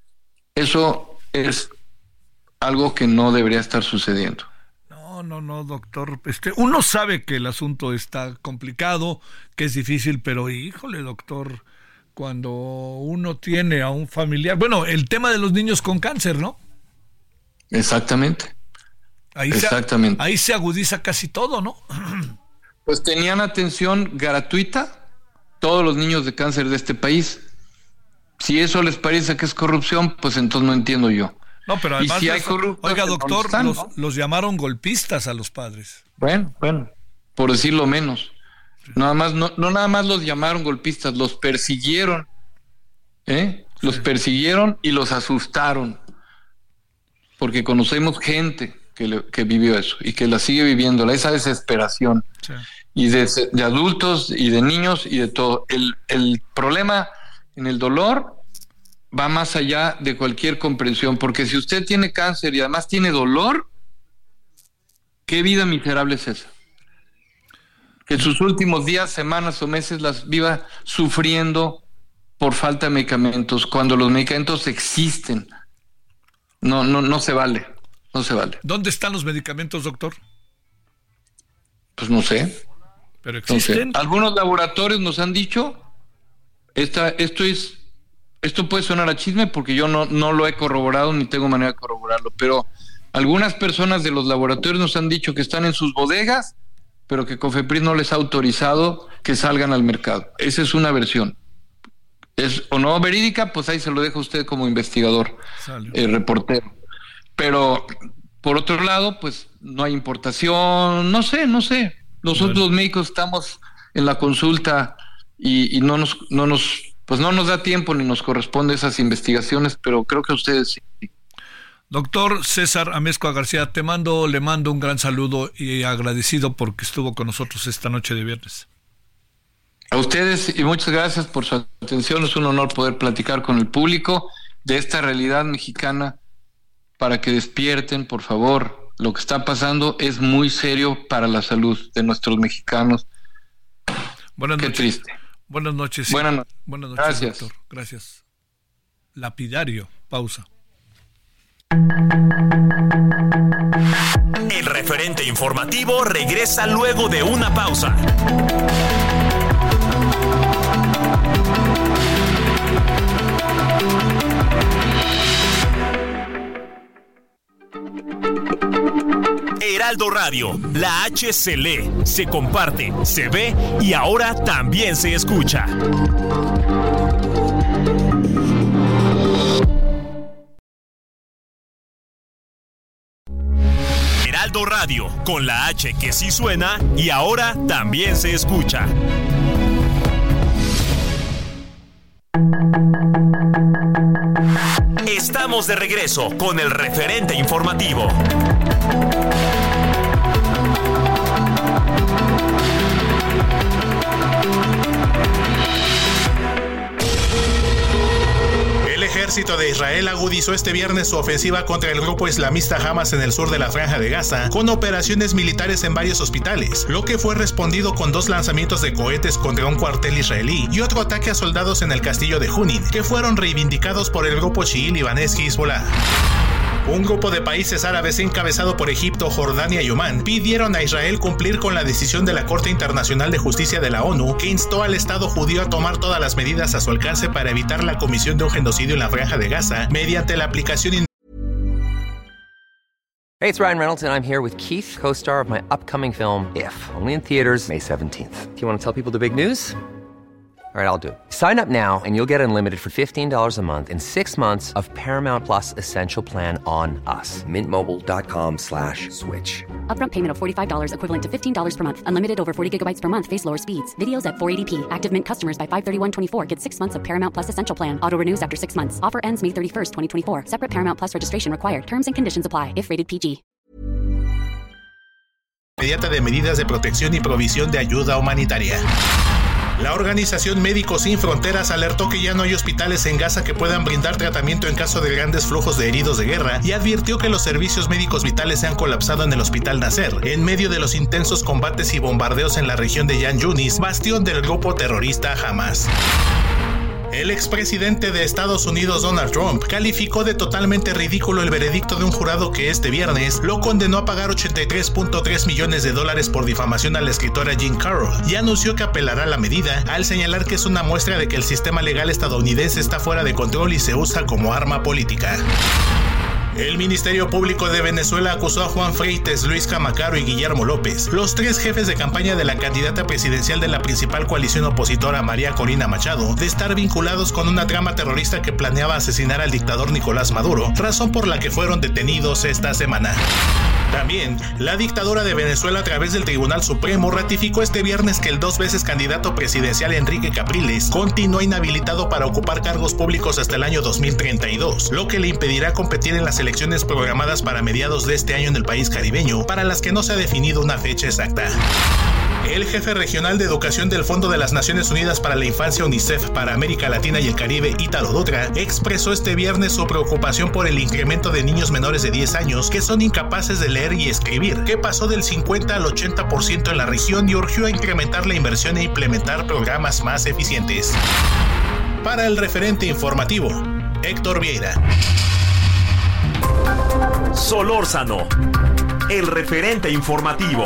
Eso es algo que no debería estar sucediendo. No, doctor. Uno sabe que el asunto está complicado, que es difícil, pero híjole, doctor, cuando uno tiene a un familiar, bueno, el tema de los niños con cáncer, ¿no? Exactamente. Ahí se agudiza casi todo, ¿no? Pues tenían atención gratuita todos los niños de cáncer de este país. Si eso les parece que es corrupción, pues entonces no entiendo yo. No, pero además, si hay oiga, doctor, los llamaron golpistas a los padres. Bueno, por decirlo menos. No nada más los llamaron golpistas, los persiguieron, los persiguieron y los asustaron. Porque conocemos gente que vivió eso y que la sigue viviendo, esa desesperación. Sí. Y de adultos y de niños y de todo. El problema en el dolor va más allá de cualquier comprensión, porque si usted tiene cáncer y además tiene dolor, ¿qué vida miserable es esa? Que sus últimos días, semanas o meses las viva sufriendo por falta de medicamentos, cuando los medicamentos existen. No se vale, no se vale. ¿Dónde están los medicamentos, doctor? Pues no sé. ¿Pero existen? No sé. Algunos laboratorios nos han dicho, esto puede sonar a chisme porque yo no lo he corroborado ni tengo manera de corroborarlo, pero algunas personas de los laboratorios nos han dicho que están en sus bodegas, pero que COFEPRIS no les ha autorizado que salgan al mercado. Esa es una versión. ¿Es o no verídica? Pues ahí se lo dejo a usted como investigador, reportero. Pero, por otro lado, pues no hay importación, no sé. Nosotros los médicos estamos en la consulta y no nos da tiempo ni nos corresponde esas investigaciones, pero creo que a ustedes sí. Doctor César Amezcua García, le mando un gran saludo y agradecido porque estuvo con nosotros esta noche de viernes. A ustedes y muchas gracias por su atención. Es un honor poder platicar con el público de esta realidad mexicana para que despierten, por favor. Lo que está pasando es muy serio para la salud de nuestros mexicanos. Buenas noches. Qué triste. Buenas noches. Sí. Buenas noches. Gracias. Doctor. Gracias. Lapidario. Pausa. El referente informativo regresa luego de una pausa. Heraldo Radio, la H se lee, se comparte, se ve y ahora también se escucha. Heraldo Radio, con la H que sí suena y ahora también se escucha. Estamos de regreso con el referente informativo. El ejército de Israel agudizó este viernes su ofensiva contra el grupo islamista Hamas en el sur de la Franja de Gaza, con operaciones militares en varios hospitales, lo que fue respondido con 2 lanzamientos de cohetes contra un cuartel israelí y otro ataque a soldados en el castillo de Junin, que fueron reivindicados por el grupo chií libanés Hezbollah. Un grupo de países árabes encabezado por Egipto, Jordania y Omán pidieron a Israel cumplir con la decisión de la Corte Internacional de Justicia de la ONU que instó al Estado judío a tomar todas las medidas a su alcance para evitar la comisión de un genocidio en la Franja de Gaza mediante la aplicación. Hey, it's Ryan Reynolds, and I'm here with Keith, co-star of my upcoming film, If, only in theaters May 17th. Do you want to tell people the big news? All right, I'll do it. Sign up now and you'll get unlimited for $15 a month and 6 months of Paramount Plus Essential Plan on us. MintMobile.com/switch. Upfront payment of $45 equivalent to $15 per month. Unlimited over 40 gigabytes per month. Face lower speeds. Videos at 480p. Active Mint customers by 531.24 get 6 months of Paramount Plus Essential Plan. Auto renews after 6 months. Offer ends May 31st, 2024. Separate Paramount Plus registration required. Terms and conditions apply if rated PG. Inmediata de medidas de protección y provisión de ayuda humanitaria. La Organización Médicos Sin Fronteras alertó que ya no hay hospitales en Gaza que puedan brindar tratamiento en caso de grandes flujos de heridos de guerra y advirtió que los servicios médicos vitales se han colapsado en el Hospital Nasser, en medio de los intensos combates y bombardeos en la región de Yan Yunis, bastión del grupo terrorista Hamas. El expresidente de Estados Unidos, Donald Trump, calificó de totalmente ridículo el veredicto de un jurado que este viernes lo condenó a pagar $83.3 millones por difamación a la escritora Jean Carroll y anunció que apelará la medida al señalar que es una muestra de que el sistema legal estadounidense está fuera de control y se usa como arma política. El Ministerio Público de Venezuela acusó a Juan Freites, Luis Camacaro y Guillermo López, los 3 jefes de campaña de la candidata presidencial de la principal coalición opositora María Corina Machado, de estar vinculados con una trama terrorista que planeaba asesinar al dictador Nicolás Maduro, razón por la que fueron detenidos esta semana. También, la dictadura de Venezuela a través del Tribunal Supremo ratificó este viernes que el 2 veces candidato presidencial Enrique Capriles continúa inhabilitado para ocupar cargos públicos hasta el año 2032, lo que le impedirá competir en las elecciones programadas para mediados de este año en el país caribeño, para las que no se ha definido una fecha exacta. El jefe regional de educación del Fondo de las Naciones Unidas para la Infancia UNICEF para América Latina y el Caribe, Ítalo Dutra, expresó este viernes su preocupación por el incremento de niños menores de 10 años que son incapaces de leer y escribir, que pasó del 50 al 80% en la región y urgió a incrementar la inversión e implementar programas más eficientes. Para el referente informativo, Héctor Vieira. Solórzano, el referente informativo.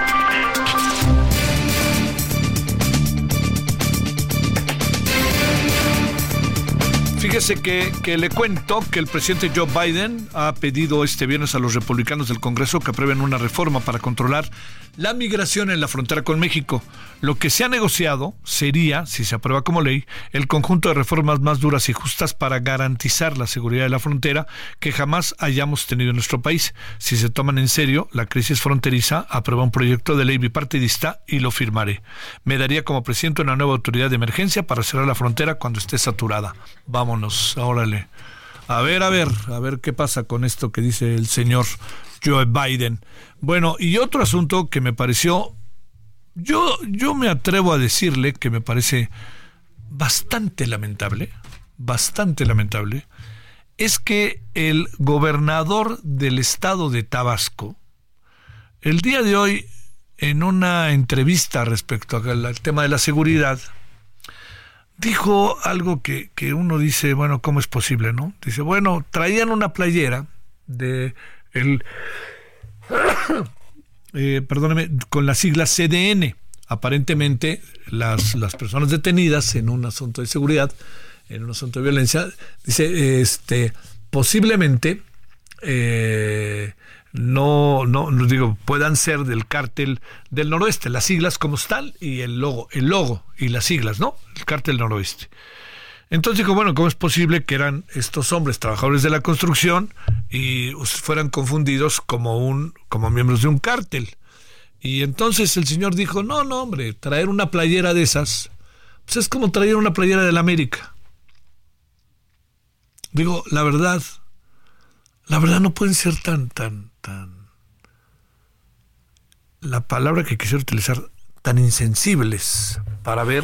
Fíjese que le cuento que el presidente Joe Biden ha pedido este viernes a los republicanos del Congreso que aprueben una reforma para controlar la migración en la frontera con México. Lo que se ha negociado sería, si se aprueba como ley, el conjunto de reformas más duras y justas para garantizar la seguridad de la frontera que jamás hayamos tenido en nuestro país. Si se toman en serio la crisis fronteriza, aprueba un proyecto de ley bipartidista y lo firmaré. Me daría como presidente una nueva autoridad de emergencia para cerrar la frontera cuando esté saturada. Vámonos, órale. A ver qué pasa con esto que dice el señor Joe Biden. Bueno, y otro asunto que me pareció, yo me atrevo a decirle que me parece bastante lamentable, es que el gobernador del estado de Tabasco, el día de hoy, en una entrevista respecto al tema de la seguridad, dijo algo que uno dice, bueno, ¿cómo es posible, no? Dice, bueno, traían una playera de con las siglas CDN. Aparentemente, las personas detenidas en un asunto de seguridad, en un asunto de violencia, dice, posiblemente no digo, puedan ser del cártel del noroeste, las siglas como están y el logo y las siglas, ¿no? El cártel noroeste. Entonces dijo, bueno, ¿cómo es posible que eran estos hombres trabajadores de la construcción y fueran confundidos como miembros de un cártel? Y entonces el señor dijo, no, hombre, traer una playera de esas, pues es como traer una playera del América. Digo, la verdad no pueden ser tan, la palabra que quisiera utilizar, tan insensibles para ver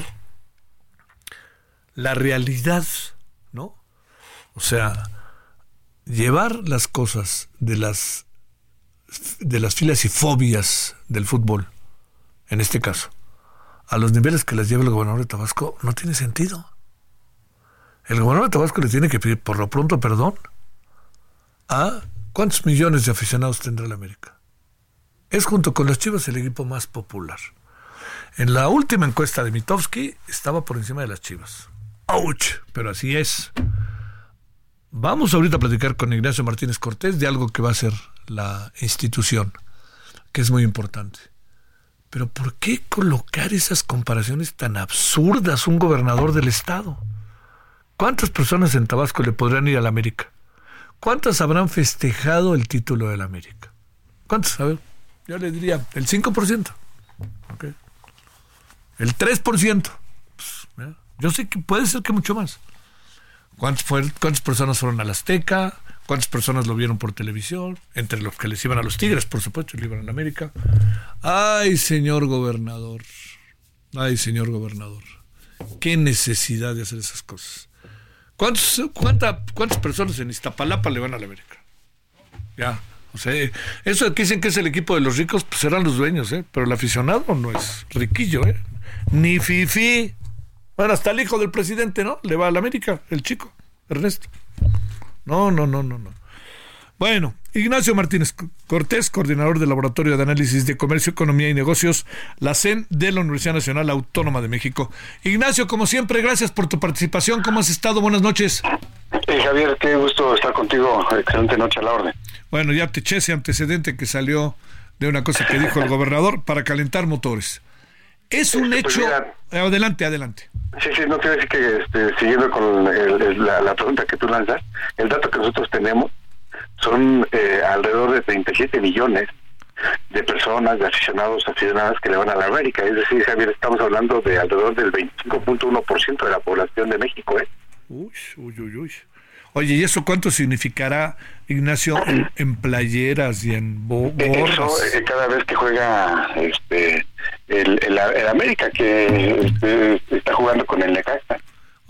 la realidad, ¿no? O sea, llevar las cosas de las filas y fobias del fútbol, en este caso, a los niveles que las lleva el gobernador de Tabasco, no tiene sentido. El gobernador de Tabasco le tiene que pedir por lo pronto perdón a ¿Cuántos millones de aficionados tendrá el América? Es junto con las Chivas el equipo más popular. En la última encuesta de Mitofsky estaba por encima de las Chivas. ¡Auch! Pero así es. Vamos ahorita a platicar con Ignacio Martínez Cortés de algo que va a ser la institución, que es muy importante. Pero ¿por qué colocar esas comparaciones tan absurdas un gobernador del estado? ¿Cuántas personas en Tabasco le podrían ir a la América? ¿Cuántas habrán festejado el título de la América? ¿Cuántas? A ver, yo le diría el 5%. Okay. El 3%. Pues, yo sé que puede ser que mucho más. ¿Cuántas personas fueron al Azteca? ¿Cuántas personas lo vieron por televisión? Entre los que les iban a los Tigres, por supuesto, le iban a la América. Ay, señor gobernador. Ay, señor gobernador. Qué necesidad de hacer esas cosas. ¿Cuántas personas en Iztapalapa le van a la América? Ya, o sea, eso que dicen que es el equipo de los ricos, pues serán los dueños, pero el aficionado no es riquillo, ni fifí. Bueno, hasta el hijo del presidente, ¿no? Le va a la América, el chico, Ernesto. No. Bueno, Ignacio Martínez Cortés, coordinador del Laboratorio de Análisis de Comercio, Economía y Negocios, la CEN de la Universidad Nacional Autónoma de México. Ignacio, como siempre, gracias por tu participación. ¿Cómo has estado? Buenas noches. Javier, qué gusto estar contigo. Excelente noche a la orden. Bueno, ya te eché ese antecedente que salió de una cosa que dijo el gobernador para calentar motores. Es un hecho... Mira, adelante. Sí, no quiero decir que siguiendo con la pregunta que tú lanzas, el dato que nosotros tenemos son alrededor de 37 millones de personas, de aficionadas que le van a la América. Es decir, Javier, estamos hablando de alrededor del 25.1% de la población de México. Uy. Oye, ¿y eso cuánto significará, Ignacio, en playeras y en gorras? Eso, cada vez que juega el América, que está jugando con el Necaxa.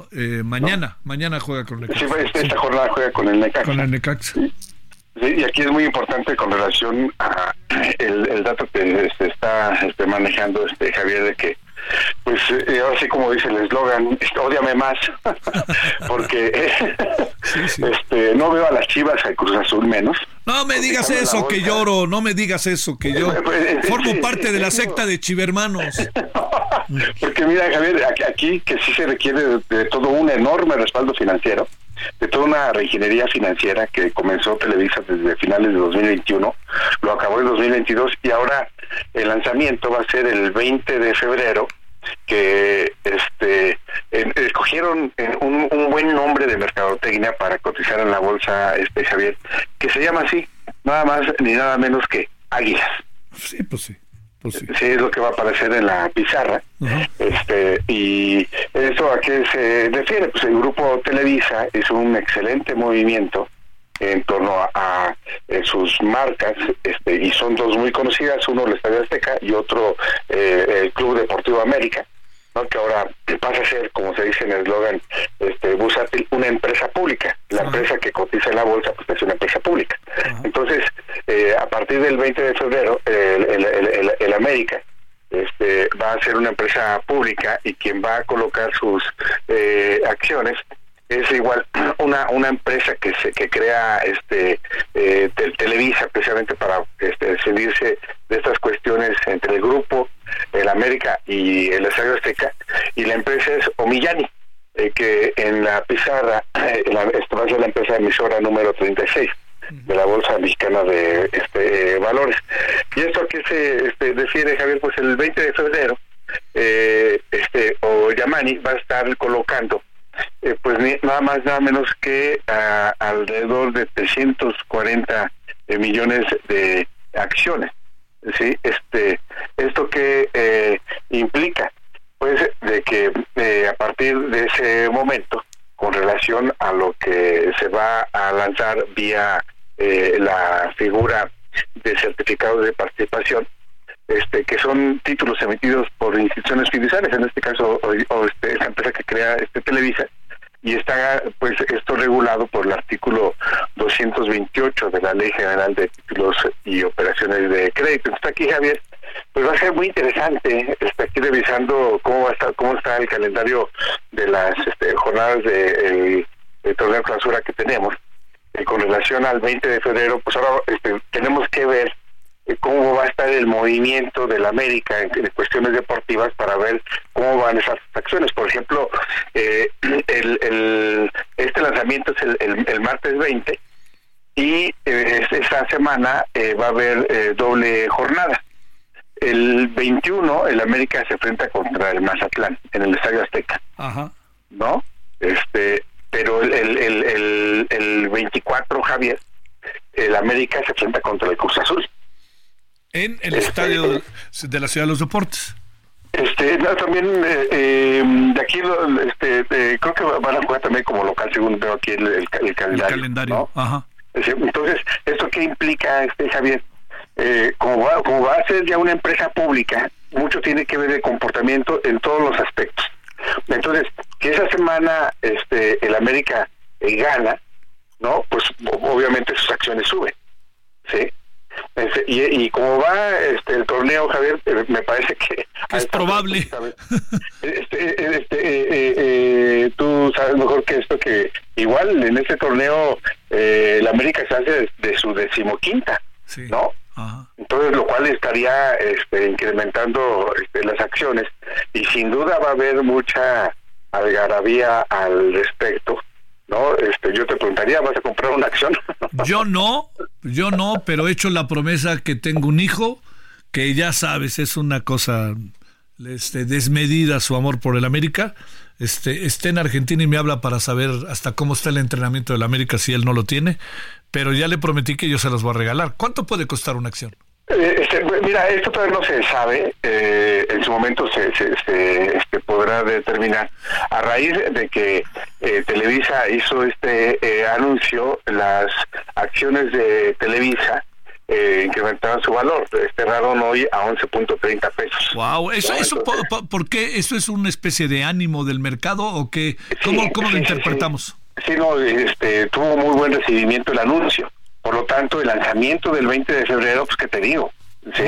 Mañana juega con el Necaxa. Sí, esta jornada juega con el Necaxa. Con el Necaxa. Sí, y aquí es muy importante con relación a el dato que se está manejando, Javier, de que pues ahora sí, como dice el eslogan, ódiame más, porque sí. No veo a las Chivas, al Cruz Azul menos. No me digas eso, que lloro, no me digas eso, que yo formo parte de la secta de Chivermanos. Porque mira, Javier, aquí que sí se requiere de todo un enorme respaldo financiero, de toda una reingeniería financiera que comenzó Televisa desde finales de 2021, lo acabó en 2022 y ahora el lanzamiento va a ser el 20 de febrero, que escogieron un buen nombre de mercadotecnia para cotizar en la bolsa, Javier, que se llama así, nada más ni nada menos que Águilas. Sí, pues sí. Sí, es lo que va a aparecer en la pizarra. Uh-huh. Y eso a qué se refiere, pues el grupo Televisa es un excelente movimiento en torno a sus marcas, y son dos muy conocidas, uno el Estadio Azteca y otro el Club Deportivo América, ¿no? Que ahora pasa a ser, como se dice en el eslogan bursátil, una empresa pública. La empresa que cotiza en la bolsa pues es una empresa pública. Entonces, a partir del 20 de febrero, el América va a ser una empresa pública y quien va a colocar sus acciones es igual una empresa que crea Televisa, precisamente para decidirse de estas cuestiones entre el grupo, el América y el Estadio Azteca, y la empresa es Omillani, que en la pizarra va a ser la empresa emisora número 36 de la Bolsa Mexicana de Valores. ¿Y esto a qué se refiere, Javier? Pues el 20 de febrero Oyamani va a estar colocando pues nada menos que alrededor de 340 millones de acciones. ¿Sí? Esto que implica pues de que a partir de ese momento, con relación a lo que se va a lanzar vía la figura de certificados de participación, que son títulos emitidos por instituciones fiduciarias, en este caso esta empresa que crea Televisa, y está pues esto regulado por el artículo 228 de la Ley General de Títulos y Operaciones de Crédito. Entonces aquí, Javier, pues va a ser muy interesante aquí revisando cómo está el calendario de las jornadas del torneo clausura que tenemos, con relación al 20 de febrero, pues ahora tenemos que ver cómo va a estar el movimiento de la América en cuestiones deportivas para ver cómo van esas acciones. Por ejemplo, este lanzamiento es el martes 20 y esa semana va a haber doble jornada. El 21 el América se enfrenta contra el Mazatlán en el Estadio Azteca. Ajá. ¿No? Pero el 24, Javier, el América se enfrenta contra el Cruz Azul. En el estadio de la Ciudad de los Deportes. También de aquí creo que van a jugar también como local, según veo aquí el calendario. El calendario, ¿no? Ajá. Entonces, ¿esto qué implica, Javier? Como va a ser ya una empresa pública, mucho tiene que ver de comportamiento en todos los aspectos. Entonces, que esa semana el América gana, ¿no? Pues obviamente sus acciones suben, ¿sí? Y como va el torneo, Javier, me parece que es probable. Tú sabes mejor que esto, que igual en este torneo la América se hace de su 15ª, sí, ¿no? Ajá. Entonces, lo cual estaría incrementando las acciones, y sin duda va a haber mucha algarabía al respecto, ¿no? Yo te preguntaría, ¿vas a comprar una acción? Yo no, pero he hecho la promesa que tengo un hijo, que ya sabes, es una cosa desmedida su amor por el América. Está en Argentina y me habla para saber hasta cómo está el entrenamiento del América si él no lo tiene, pero ya le prometí que yo se los voy a regalar. ¿Cuánto puede costar una acción? Mira, esto todavía no se sabe. En su momento se podrá determinar. A raíz de que Televisa hizo anuncio, las acciones de Televisa incrementaron su valor, cerraron hoy a 11.30 pesos. Wow, ¿por qué? ¿Eso es una especie de ánimo del mercado o qué? ¿Cómo lo interpretamos? Sí, no, tuvo muy buen recibimiento el anuncio. Por lo tanto, el lanzamiento del 20 de febrero, pues, ¿qué te digo? ¿Sí?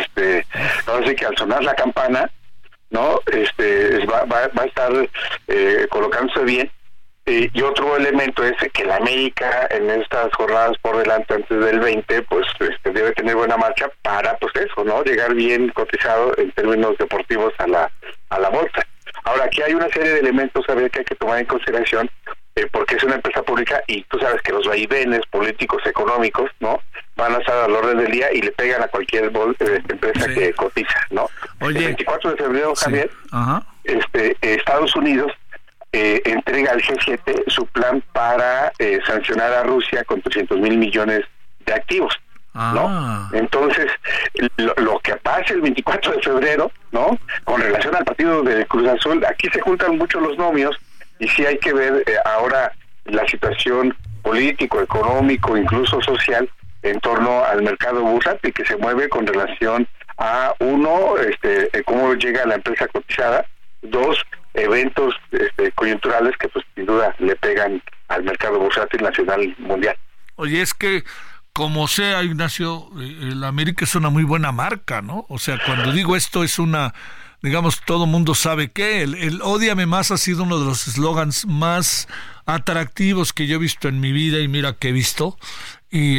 Ahora sí que al sonar la campana, ¿no? Va a estar colocándose bien. Y otro elemento es que la América en estas jornadas por delante antes del 20, pues debe tener buena marcha para, pues eso, ¿no? Llegar bien cotizado en términos deportivos a la bolsa. Ahora, aquí hay una serie de elementos, a ver, que hay que tomar en consideración, porque es una empresa pública y tú sabes que los vaivenes políticos, económicos, ¿no? Van a estar al orden del día y le pegan a cualquier empresa que cotiza, ¿no? Oye, el 24 de febrero, Javier, ajá, Estados Unidos entrega al G7 su plan para sancionar a Rusia con 300,000 millones de activos, ¿no? Entonces, lo que pasa el 24 de febrero, ¿no? Con relación al partido de Cruz Azul, aquí se juntan mucho los nomios y sí hay que ver ahora la situación político, económico, incluso social en torno al mercado bursátil que se mueve con relación a uno, cómo llega la empresa cotizada, dos, eventos coyunturales que pues sin duda le pegan al mercado bursátil nacional mundial. Oye, es que como sea, Ignacio, el América es una muy buena marca, ¿no? O sea, cuando digo esto es una, digamos, todo mundo sabe que el Ódiame Más ha sido uno de los eslogans más atractivos que yo he visto en mi vida, y mira que he visto, y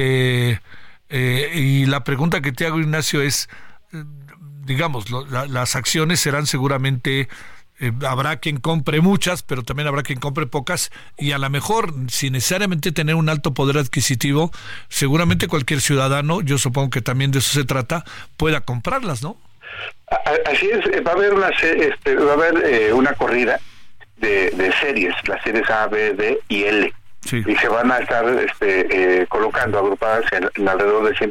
y la pregunta que te hago, Ignacio, es, digamos, las acciones serán seguramente, habrá quien compre muchas, pero también habrá quien compre pocas, y a lo mejor, sin necesariamente tener un alto poder adquisitivo, seguramente cualquier ciudadano, yo supongo que también de eso se trata, pueda comprarlas, ¿no? Así es, va a haber una corrida de series, las series A, B, D y L. Sí. Y se van a estar colocando agrupadas en alrededor de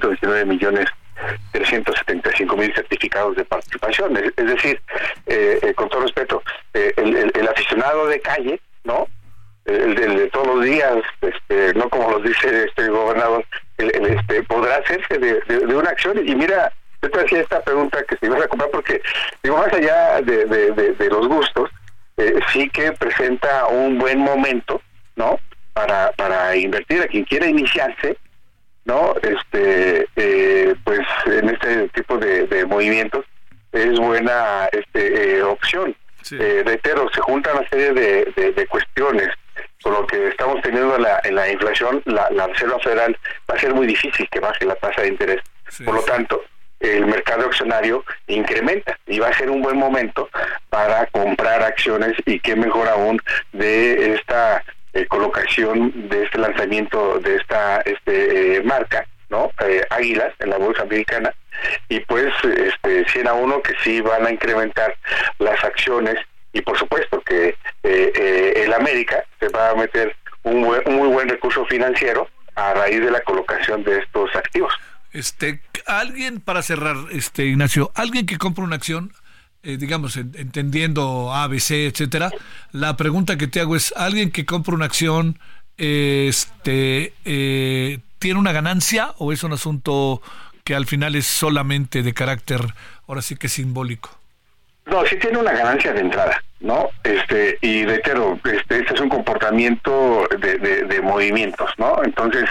119,375,000 certificados de participación. Es decir, con todo respeto, el aficionado de calle, ¿no? El de todos los días, no como los dice este gobernador, podrá hacerse de una acción. Y mira, yo te hacía esta pregunta, que si vas a comprar, porque digo, más allá de los gustos, sí que presenta un buen momento, ¿no? Para invertir a quien quiera iniciarse, ¿no? Pues en este tipo de movimientos es buena opción. Sí. Reitero, se juntan una serie de cuestiones con lo que estamos teniendo en la inflación, la Reserva Federal va a ser muy difícil que baje la tasa de interés. Sí, por lo tanto, el mercado accionario incrementa y va a ser un buen momento para comprar acciones, y qué mejor aún de esta colocación, de este lanzamiento de esta marca, ¿no? Águilas en la bolsa americana, y pues 100-1 que sí van a incrementar las acciones, y por supuesto que el América se va a meter un muy buen recurso financiero a raíz de la colocación de estos activos. Alguien, para cerrar, Ignacio, alguien que compra una acción, digamos, entendiendo ABC, etcétera, la pregunta que te hago es, ¿alguien que compra una acción tiene una ganancia, o es un asunto que al final es solamente de carácter, ahora sí que simbólico? No, sí tiene una ganancia de entrada, ¿no? Y reitero, este es un comportamiento de movimientos, ¿no? Entonces,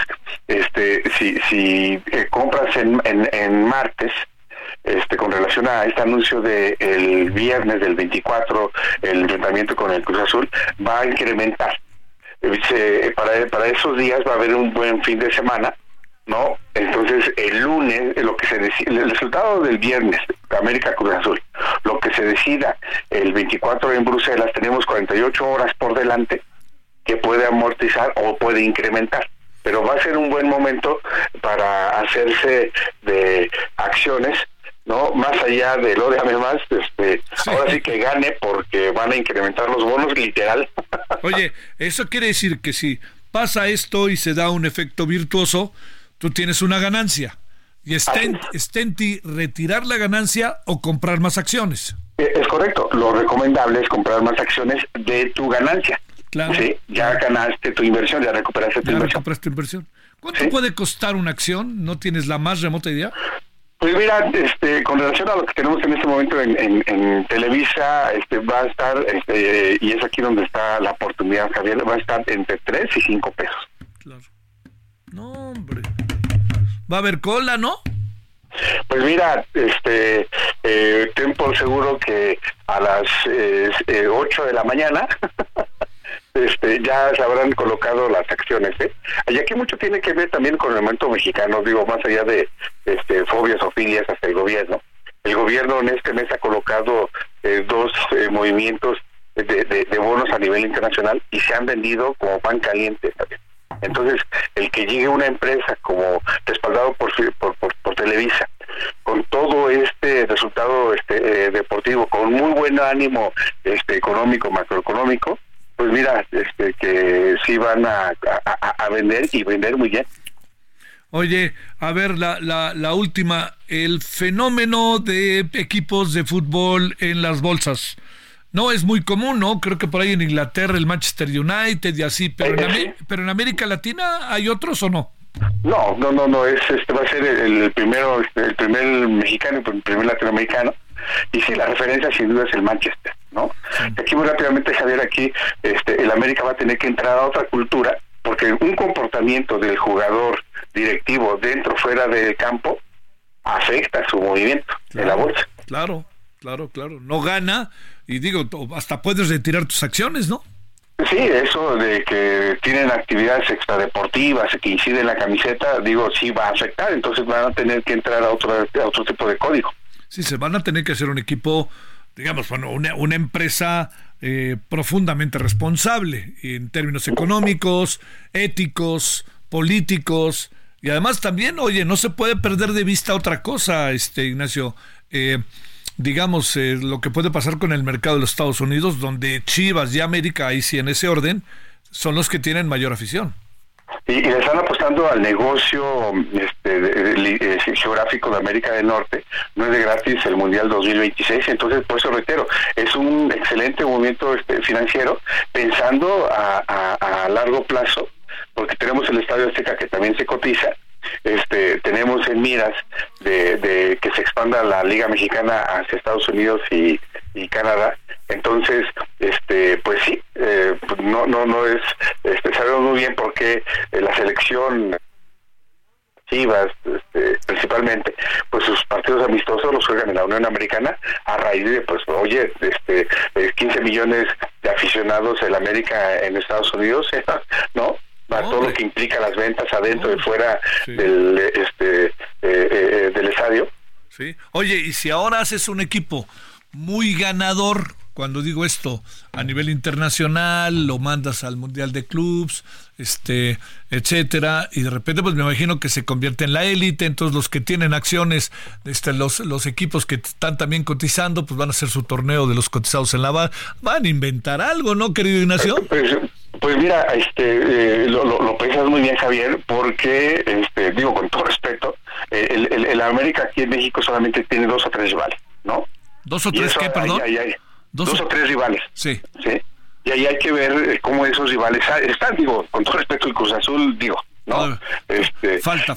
si compras en martes, con relación a este anuncio de el viernes del 24, el enfrentamiento con el Cruz Azul, va a incrementar. Para esos días va a haber un buen fin de semana, ¿no? Entonces, el lunes, el resultado del viernes, América Cruz Azul, lo que se decida el 24 en Bruselas, tenemos 48 horas por delante que puede amortizar o puede incrementar. Pero va a ser un buen momento para hacerse de acciones, ¿no? Más allá de lo de además, ahora sí que gane, porque van a incrementar los bonos, literal. Oye, eso quiere decir que si pasa esto y se da un efecto virtuoso, tú tienes una ganancia, y está en ti retirar la ganancia o comprar más acciones. Es correcto, lo recomendable es comprar más acciones de tu ganancia. Claro. Sí, ya ganaste tu inversión, ya recuperaste tu inversión. ¿Cuánto puede costar una acción? ¿No tienes la más remota idea? Pues mira, con relación a lo que tenemos en este momento en Televisa, va a estar, y es aquí donde está la oportunidad, Javier, va a estar entre 3 y 5 pesos. Claro. No, hombre. Va a haber cola, ¿no? Pues mira, ten por seguro que a las 8 de la mañana ya se habrán colocado las acciones, Y aquí mucho tiene que ver también con el momento mexicano, digo, más allá de fobias o filias hacia el gobierno. El gobierno en este mes ha colocado 2 movimientos de bonos a nivel internacional, y se han vendido como pan caliente también. Entonces, el que llegue una empresa como respaldado por Televisa, con todo este resultado deportivo, con muy buen ánimo económico, macroeconómico, pues mira, que sí van a vender, y vender muy bien. Oye, a ver, la última, el fenómeno de equipos de fútbol en las bolsas. No es muy común, ¿no? Creo que por ahí en Inglaterra el Manchester United y así, pero en América Latina ¿hay otros o no? No, va a ser el primero, el primer mexicano, el primer latinoamericano, y sí, la referencia sin duda es el Manchester, ¿no? Sí. Aquí muy rápidamente, Javier, aquí el América va a tener que entrar a otra cultura, porque un comportamiento del jugador directivo dentro o fuera del campo afecta su movimiento en la bolsa. Claro, no gana, y digo, hasta puedes retirar tus acciones, ¿no? Sí, eso de que tienen actividades extradeportivas que inciden en la camiseta, digo, sí va a afectar, entonces van a tener que entrar a otro tipo de código. Sí, se van a tener que hacer un equipo, digamos, una empresa profundamente responsable en términos económicos, éticos, políticos, y además también, oye, no se puede perder de vista otra cosa, Ignacio, digamos, lo que puede pasar con el mercado de los Estados Unidos, donde Chivas y América, ahí sí en ese orden, son los que tienen mayor afición. Y le están apostando al negocio geográfico de América del Norte. No es de gratis el Mundial 2026, entonces por eso reitero, es un excelente movimiento financiero, pensando a largo plazo, porque tenemos el Estadio Azteca que también se cotiza. Tenemos en miras de que se expanda la Liga Mexicana hacia Estados Unidos y Canadá. Entonces, pues sí, no es, sabemos muy bien por qué la selección Chivas, principalmente, pues sus partidos amistosos los juegan en la Unión Americana, a raíz de, pues, oye, 15 millones de aficionados en América en Estados Unidos, ¿no? todo lo que implica las ventas adentro y fuera del estadio. Sí. Oye, y si ahora haces un equipo muy ganador, cuando digo esto, a nivel internacional, lo mandas al Mundial de Clubs, etcétera, y de repente pues me imagino que se convierte en la élite, entonces los que tienen acciones, los equipos que están también cotizando, pues van a hacer su torneo de los cotizados en la van a inventar algo, ¿no, querido Ignacio? Pues mira, lo pensas muy bien, Javier, porque digo con todo respeto, el América aquí en México solamente tiene 2 o 3 rivales, ¿no? ¿2 o 3 qué, perdón? Dos o tres rivales. Sí. Y ahí hay que ver cómo esos rivales están, digo, con todo respeto el Cruz Azul, digo, ¿no? Falta.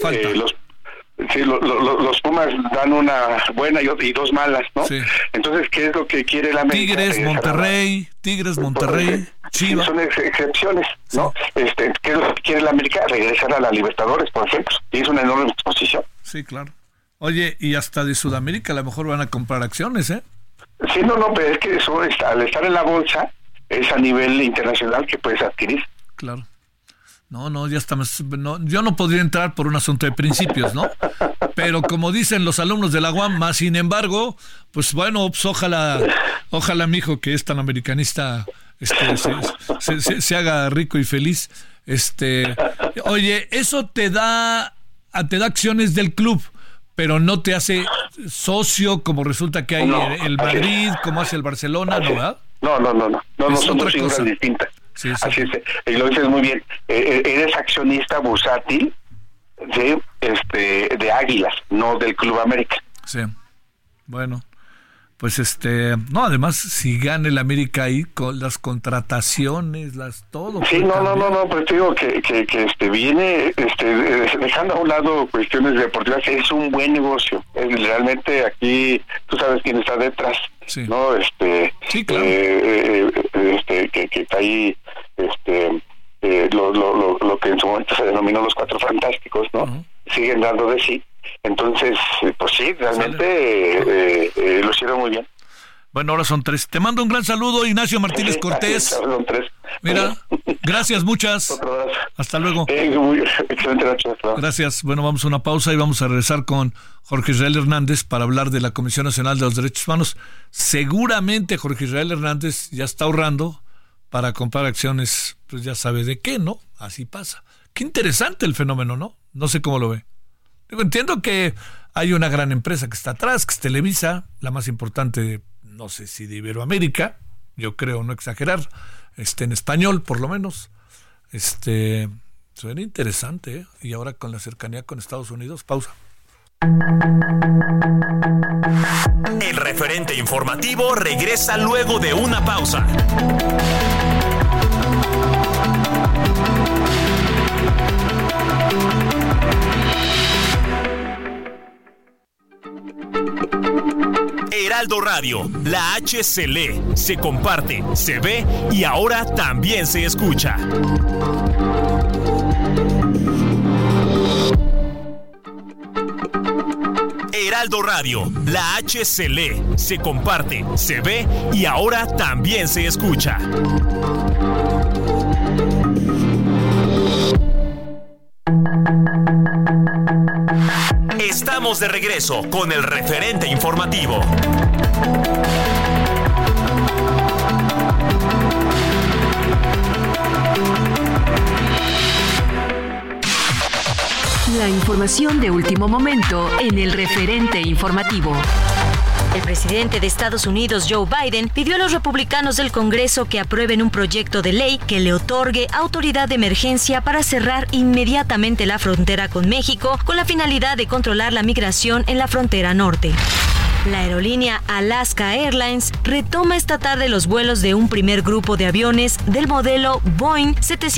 Los Pumas dan una buena y 2 malas, ¿no? Sí. Entonces, ¿qué es lo que quiere la América? Tigres, Monterrey, Chivas. Son excepciones, ¿no? ¿Qué es lo que quiere la América? Regresar a la Libertadores, por ejemplo. Y es una enorme exposición. Sí, claro. Oye, y hasta de Sudamérica a lo mejor van a comprar acciones, ¿eh? Sí, pero es que eso, al estar en la bolsa, es a nivel internacional que puedes adquirir. Claro. No, ya estamos. Yo no podría entrar por un asunto de principios, ¿no? Pero como dicen los alumnos de la UAM, más sin embargo, pues bueno, pues ojalá mi hijo, que es tan americanista, se haga rico y feliz. Oye, eso te da acciones del club, pero no te hace socio como resulta que hay el Madrid, como hace el Barcelona, ¿no? ¿Verdad? No, son dos figuras distintas. Sí. Así es, y lo dices muy bien. Eres accionista bursátil de Águilas, no del Club América. Sí. Bueno, pues no, además si gana el América ahí con las contrataciones, todo. Sí, no, pues te digo que viene dejando a un lado cuestiones deportivas, es un buen negocio. Realmente aquí tú sabes quién está detrás. Sí. ¿No? Sí, claro. Que está ahí lo que en su momento se denominó los 4 fantásticos, ¿no? Uh-huh. Siguen dando de sí. Entonces, pues sí, realmente lo hicieron muy bien. Bueno, ahora son 3. Te mando un gran saludo, Ignacio Martínez Cortés. Son 3. Mira, gracias, muchas. Hasta luego. Excelente noche. Gracias. Bueno, vamos a una pausa y vamos a regresar con Jorge Israel Hernández para hablar de la Comisión Nacional de los Derechos Humanos. Seguramente Jorge Israel Hernández ya está ahorrando para comprar acciones, pues ya sabe de qué, ¿no? Así pasa. Qué interesante el fenómeno, ¿no? No sé cómo lo ve. Entiendo que hay una gran empresa que está atrás, que es Televisa, la más importante, no sé si de Iberoamérica, yo creo no exagerar, en español por lo menos. Suena interesante, ¿eh? Y ahora con la cercanía con Estados Unidos, pausa. El referente informativo regresa luego de una pausa. Heraldo Radio, la H se lee, se comparte, se ve y ahora también se escucha. Heraldo Radio, la H se lee, se comparte, se ve y ahora también se escucha. Estamos de regreso con el referente informativo. La información de último momento en el referente informativo. El presidente de Estados Unidos, Joe Biden, pidió a los republicanos del Congreso que aprueben un proyecto de ley que le otorgue autoridad de emergencia para cerrar inmediatamente la frontera con México con la finalidad de controlar la migración en la frontera norte. La aerolínea Alaska Airlines retoma esta tarde los vuelos de un primer grupo de aviones del modelo Boeing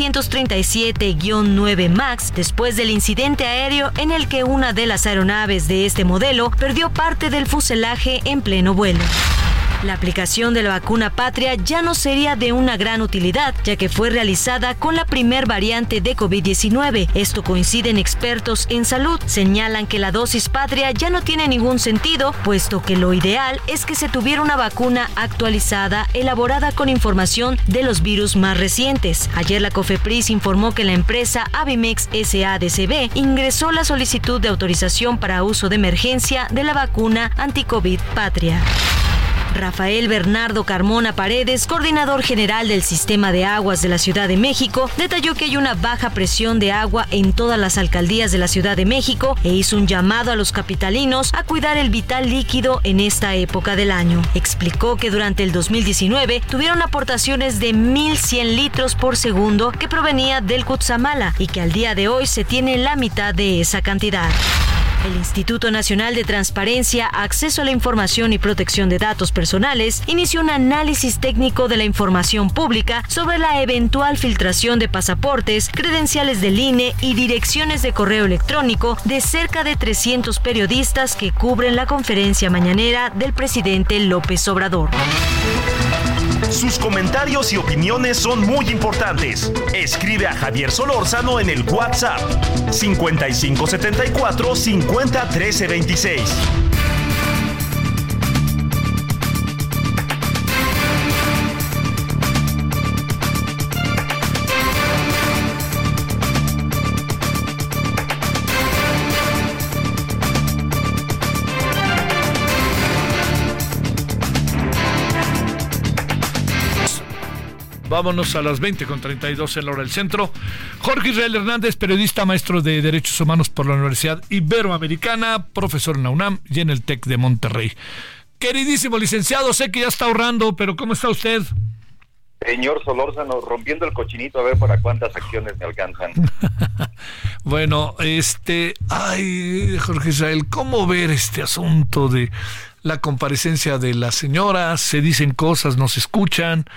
737-9 MAX después del incidente aéreo en el que una de las aeronaves de este modelo perdió parte del fuselaje en pleno vuelo. La aplicación de la vacuna Patria ya no sería de una gran utilidad, ya que fue realizada con la primer variante de COVID-19. Esto coinciden expertos en salud. Señalan que la dosis Patria ya no tiene ningún sentido, puesto que lo ideal es que se tuviera una vacuna actualizada, elaborada con información de los virus más recientes. Ayer la COFEPRIS informó que la empresa Avimex SADCB ingresó la solicitud de autorización para uso de emergencia de la vacuna anti-COVID Patria. Rafael Bernardo Carmona Paredes, coordinador general del Sistema de Aguas de la Ciudad de México, detalló que hay una baja presión de agua en todas las alcaldías de la Ciudad de México e hizo un llamado a los capitalinos a cuidar el vital líquido en esta época del año. Explicó que durante el 2019 tuvieron aportaciones de 1,100 litros por segundo que provenía del Cutzamala y que al día de hoy se tiene la mitad de esa cantidad. El Instituto Nacional de Transparencia, Acceso a la Información y Protección de Datos Personales inició un análisis técnico de la información pública sobre la eventual filtración de pasaportes, credenciales del INE y direcciones de correo electrónico de cerca de 300 periodistas que cubren la conferencia mañanera del presidente López Obrador. Sus comentarios y opiniones son muy importantes. Escribe a Javier Solórzano en el WhatsApp 5574 50 13 26. Vámonos a las 20:32 en la hora del centro. Jorge Israel Hernández, periodista, maestro de Derechos Humanos por la Universidad Iberoamericana, profesor en la UNAM y en el TEC de Monterrey. Queridísimo licenciado, sé que ya está ahorrando, pero ¿cómo está usted? Señor Solórzano, rompiendo el cochinito a ver para cuántas acciones me alcanzan. Bueno, Jorge Israel, ¿cómo ver este asunto de la comparecencia de la señora? Se dicen cosas, no se escuchan,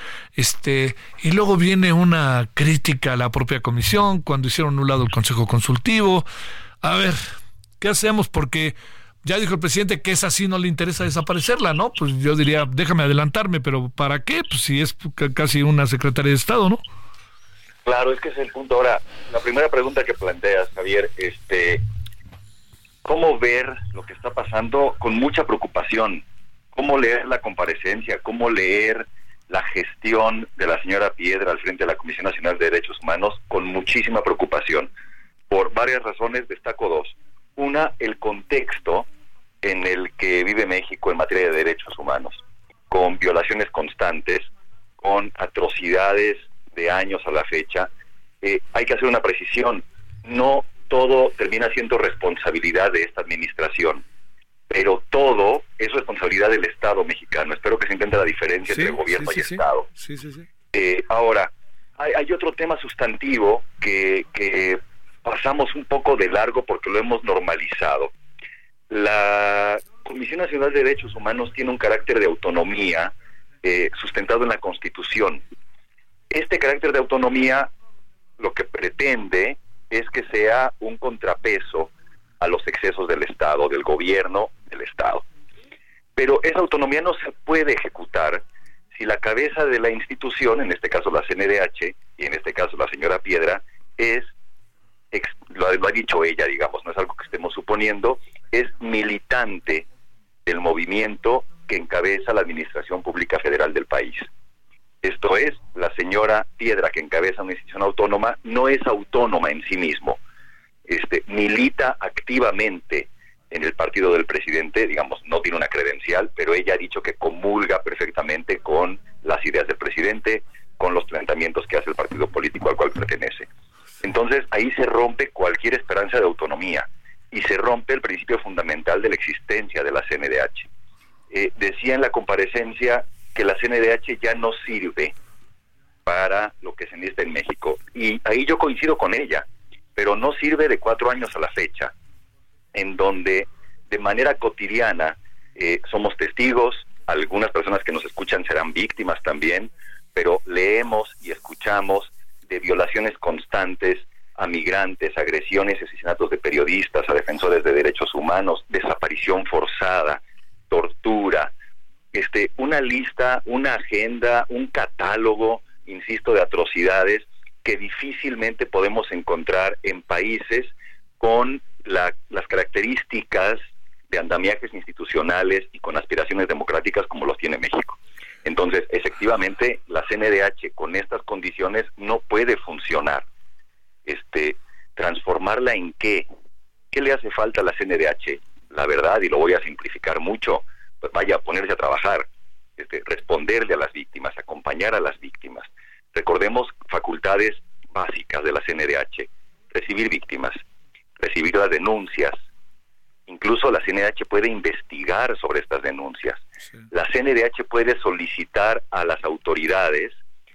y luego viene una crítica a la propia comisión cuando hicieron a un lado el Consejo Consultivo. A ver, ¿qué hacemos? Porque ya dijo el presidente que esa sí no le interesa desaparecerla, ¿no? Pues yo diría, déjame adelantarme, pero ¿para qué? Pues si es casi una secretaria de Estado, ¿no? Claro, es que es el punto. Ahora, la primera pregunta que planteas, Javier, ¿cómo ver lo que está pasando con mucha preocupación? ¿Cómo leer la comparecencia? ¿Cómo leer la gestión de la señora Piedra al frente de la Comisión Nacional de Derechos Humanos? Con muchísima preocupación. Por varias razones, destaco dos. Una, el contexto en el que vive México en materia de derechos humanos, con violaciones constantes, con atrocidades de años a la fecha. Hay que hacer una precisión. No todo termina siendo responsabilidad de esta administración, pero todo es responsabilidad del Estado mexicano. Espero que se entienda la diferencia entre gobierno y Estado. Sí. Ahora, hay otro tema sustantivo que pasamos un poco de largo porque lo hemos normalizado. La Comisión Nacional de Derechos Humanos tiene un carácter de autonomía sustentado en la Constitución. Este carácter de autonomía lo que pretende es que sea un contrapeso a los excesos del Estado, del gobierno del Estado. Pero esa autonomía no se puede ejecutar si la cabeza de la institución, en este caso la CNDH, y en este caso la señora Piedra, lo ha dicho ella, digamos, no es algo que estemos suponiendo, es militante del movimiento que encabeza la Administración Pública Federal del país. Esto es, la señora Piedra, que encabeza una institución autónoma, no es autónoma en sí mismo. Milita activamente en el partido del presidente, digamos, no tiene una credencial, pero ella ha dicho que comulga perfectamente con las ideas del presidente, con los planteamientos que hace el partido político al cual pertenece. Entonces, ahí se rompe cualquier esperanza de autonomía y se rompe el principio fundamental de la existencia de la CNDH. Decía en la comparecencia que la CNDH ya no sirve para lo que se necesita en México, y ahí yo coincido con ella, pero no sirve de 4 años a la fecha, en donde de manera cotidiana somos testigos, algunas personas que nos escuchan serán víctimas también, pero leemos y escuchamos de violaciones constantes a migrantes, agresiones y asesinatos de periodistas, a defensores de derechos humanos, desaparición forzada, tortura, una lista, una agenda, un catálogo, insisto, de atrocidades que difícilmente podemos encontrar en países con las características de andamiajes institucionales y con aspiraciones democráticas como los tiene México. Entonces, efectivamente, la CNDH con estas condiciones no puede funcionar. ¿Transformarla en qué? ¿Qué le hace falta a la CNDH? La verdad, y lo voy a simplificar mucho, pues vaya a ponerse a trabajar, responderle a las víctimas, acompañar a las víctimas. Recordemos facultades básicas de la CNDH: recibir víctimas, recibir las denuncias. Incluso la CNDH puede investigar sobre estas denuncias. Sí. La CNDH puede solicitar a las autoridades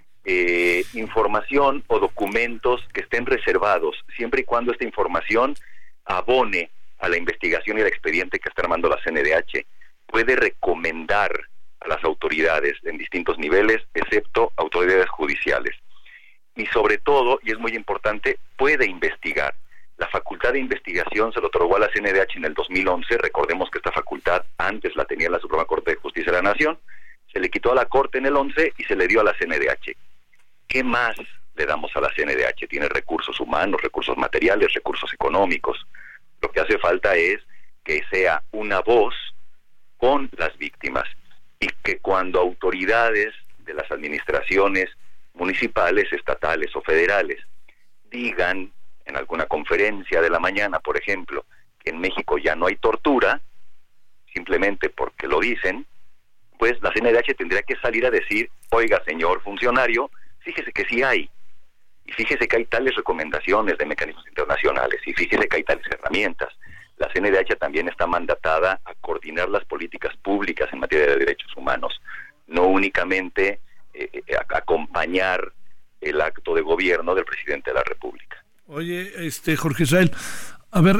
información o documentos que estén reservados, siempre y cuando esta información abone a la investigación y al expediente que está armando la CNDH. Puede recomendar a las autoridades en distintos niveles, excepto autoridades judiciales. Y sobre todo, y es muy importante, puede investigar. La facultad de investigación se lo otorgó a la CNDH en el 2011. Recordemos que esta facultad antes la tenía la Suprema Corte de Justicia de la Nación. Se le quitó a la Corte en el 11 y se le dio a la CNDH. ¿Qué más le damos a la CNDH? Tiene recursos humanos, recursos materiales, recursos económicos. Lo que hace falta es que sea una voz con las víctimas y que cuando autoridades de las administraciones municipales, estatales o federales digan en alguna conferencia de la mañana, por ejemplo, que en México ya no hay tortura, simplemente porque lo dicen, pues la CNDH tendría que salir a decir: oiga, señor funcionario, fíjese que sí hay, y fíjese que hay tales recomendaciones de mecanismos internacionales, y fíjese que hay tales herramientas. La CNDH también está mandatada a coordinar las políticas públicas en materia de derechos humanos, no únicamente acompañar el acto de gobierno del presidente de la República. Oye, Jorge Israel, a ver,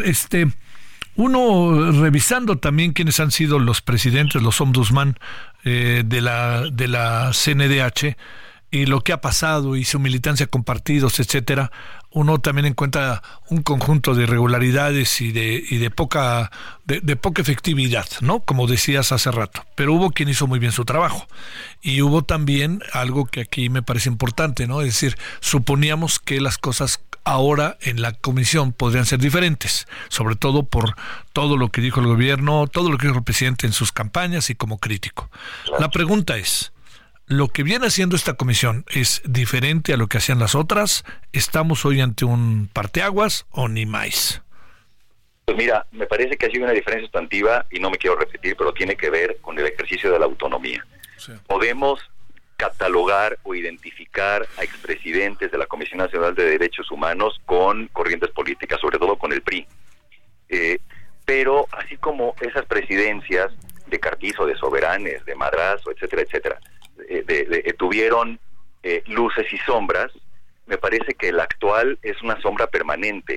uno revisando también quiénes han sido los presidentes, los ombudsman de la CNDH y lo que ha pasado y su militancia con partidos, etcétera, uno también encuentra un conjunto de irregularidades y de poca efectividad, ¿no? Como decías hace rato. Pero hubo quien hizo muy bien su trabajo. Y hubo también algo que aquí me parece importante, ¿no? Es decir, suponíamos que las cosas ahora en la comisión podrían ser diferentes, sobre todo por todo lo que dijo el gobierno, todo lo que dijo el presidente en sus campañas y como crítico. La pregunta es: ¿lo que viene haciendo esta comisión es diferente a lo que hacían las otras? ¿Estamos hoy ante un parteaguas o ni más? Pues mira, me parece que ha sido una diferencia sustantiva, y no me quiero repetir, pero tiene que ver con el ejercicio de la autonomía. Sí. Podemos catalogar o identificar a expresidentes de la Comisión Nacional de Derechos Humanos con corrientes políticas, sobre todo con el PRI. Pero así como esas presidencias de Cartizo, de Soberanes, de Madrazo, etcétera, etcétera, tuvieron luces y sombras, me parece que el actual es una sombra permanente.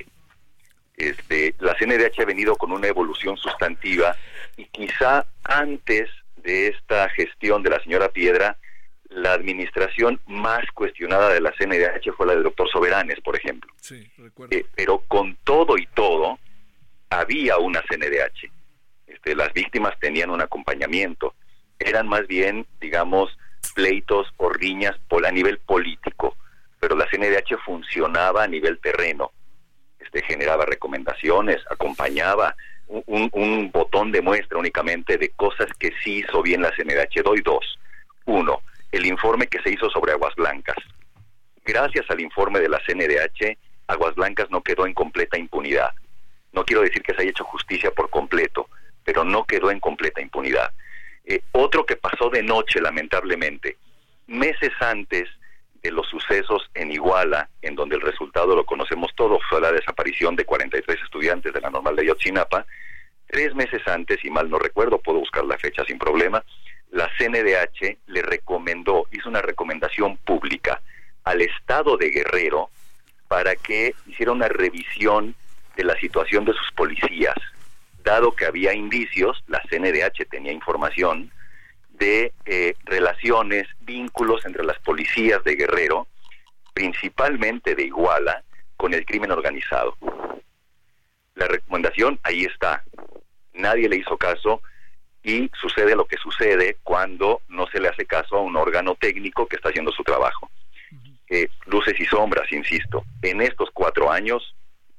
La CNDH ha venido con una evolución sustantiva, y quizá antes de esta gestión de la señora Piedra, la administración más cuestionada de la CNDH fue la del doctor Soberanes, por ejemplo. Sí, recuerdo. Pero con todo y todo, había una CNDH. Las víctimas tenían un acompañamiento. Eran más bien, digamos, pleitos o riñas a nivel político, pero la CNDH funcionaba a nivel terreno. Generaba recomendaciones, acompañaba, un botón de muestra únicamente de cosas que sí hizo bien la CNDH. Doy dos. Uno, el informe que se hizo sobre Aguas Blancas. Gracias al informe de la CNDH, Aguas Blancas no quedó en completa impunidad. No quiero decir que se haya hecho justicia por completo, pero no quedó en completa impunidad. Otro que pasó de noche, lamentablemente, meses antes de los sucesos en Iguala, en donde el resultado lo conocemos todos, fue la desaparición de 43 estudiantes de la Normal de Ayotzinapa. 3 meses antes, si mal no recuerdo, puedo buscar la fecha sin problema, la CNDH le recomendó, hizo una recomendación pública al Estado de Guerrero para que hiciera una revisión de la situación de sus policías, dado que había indicios, la CNDH tenía información de relaciones, vínculos entre las policías de Guerrero, principalmente de Iguala, con el crimen organizado. La recomendación ahí está. Nadie le hizo caso, y sucede lo que sucede cuando no se le hace caso a un órgano técnico que está haciendo su trabajo. Luces y sombras, insisto. En estos 4 años,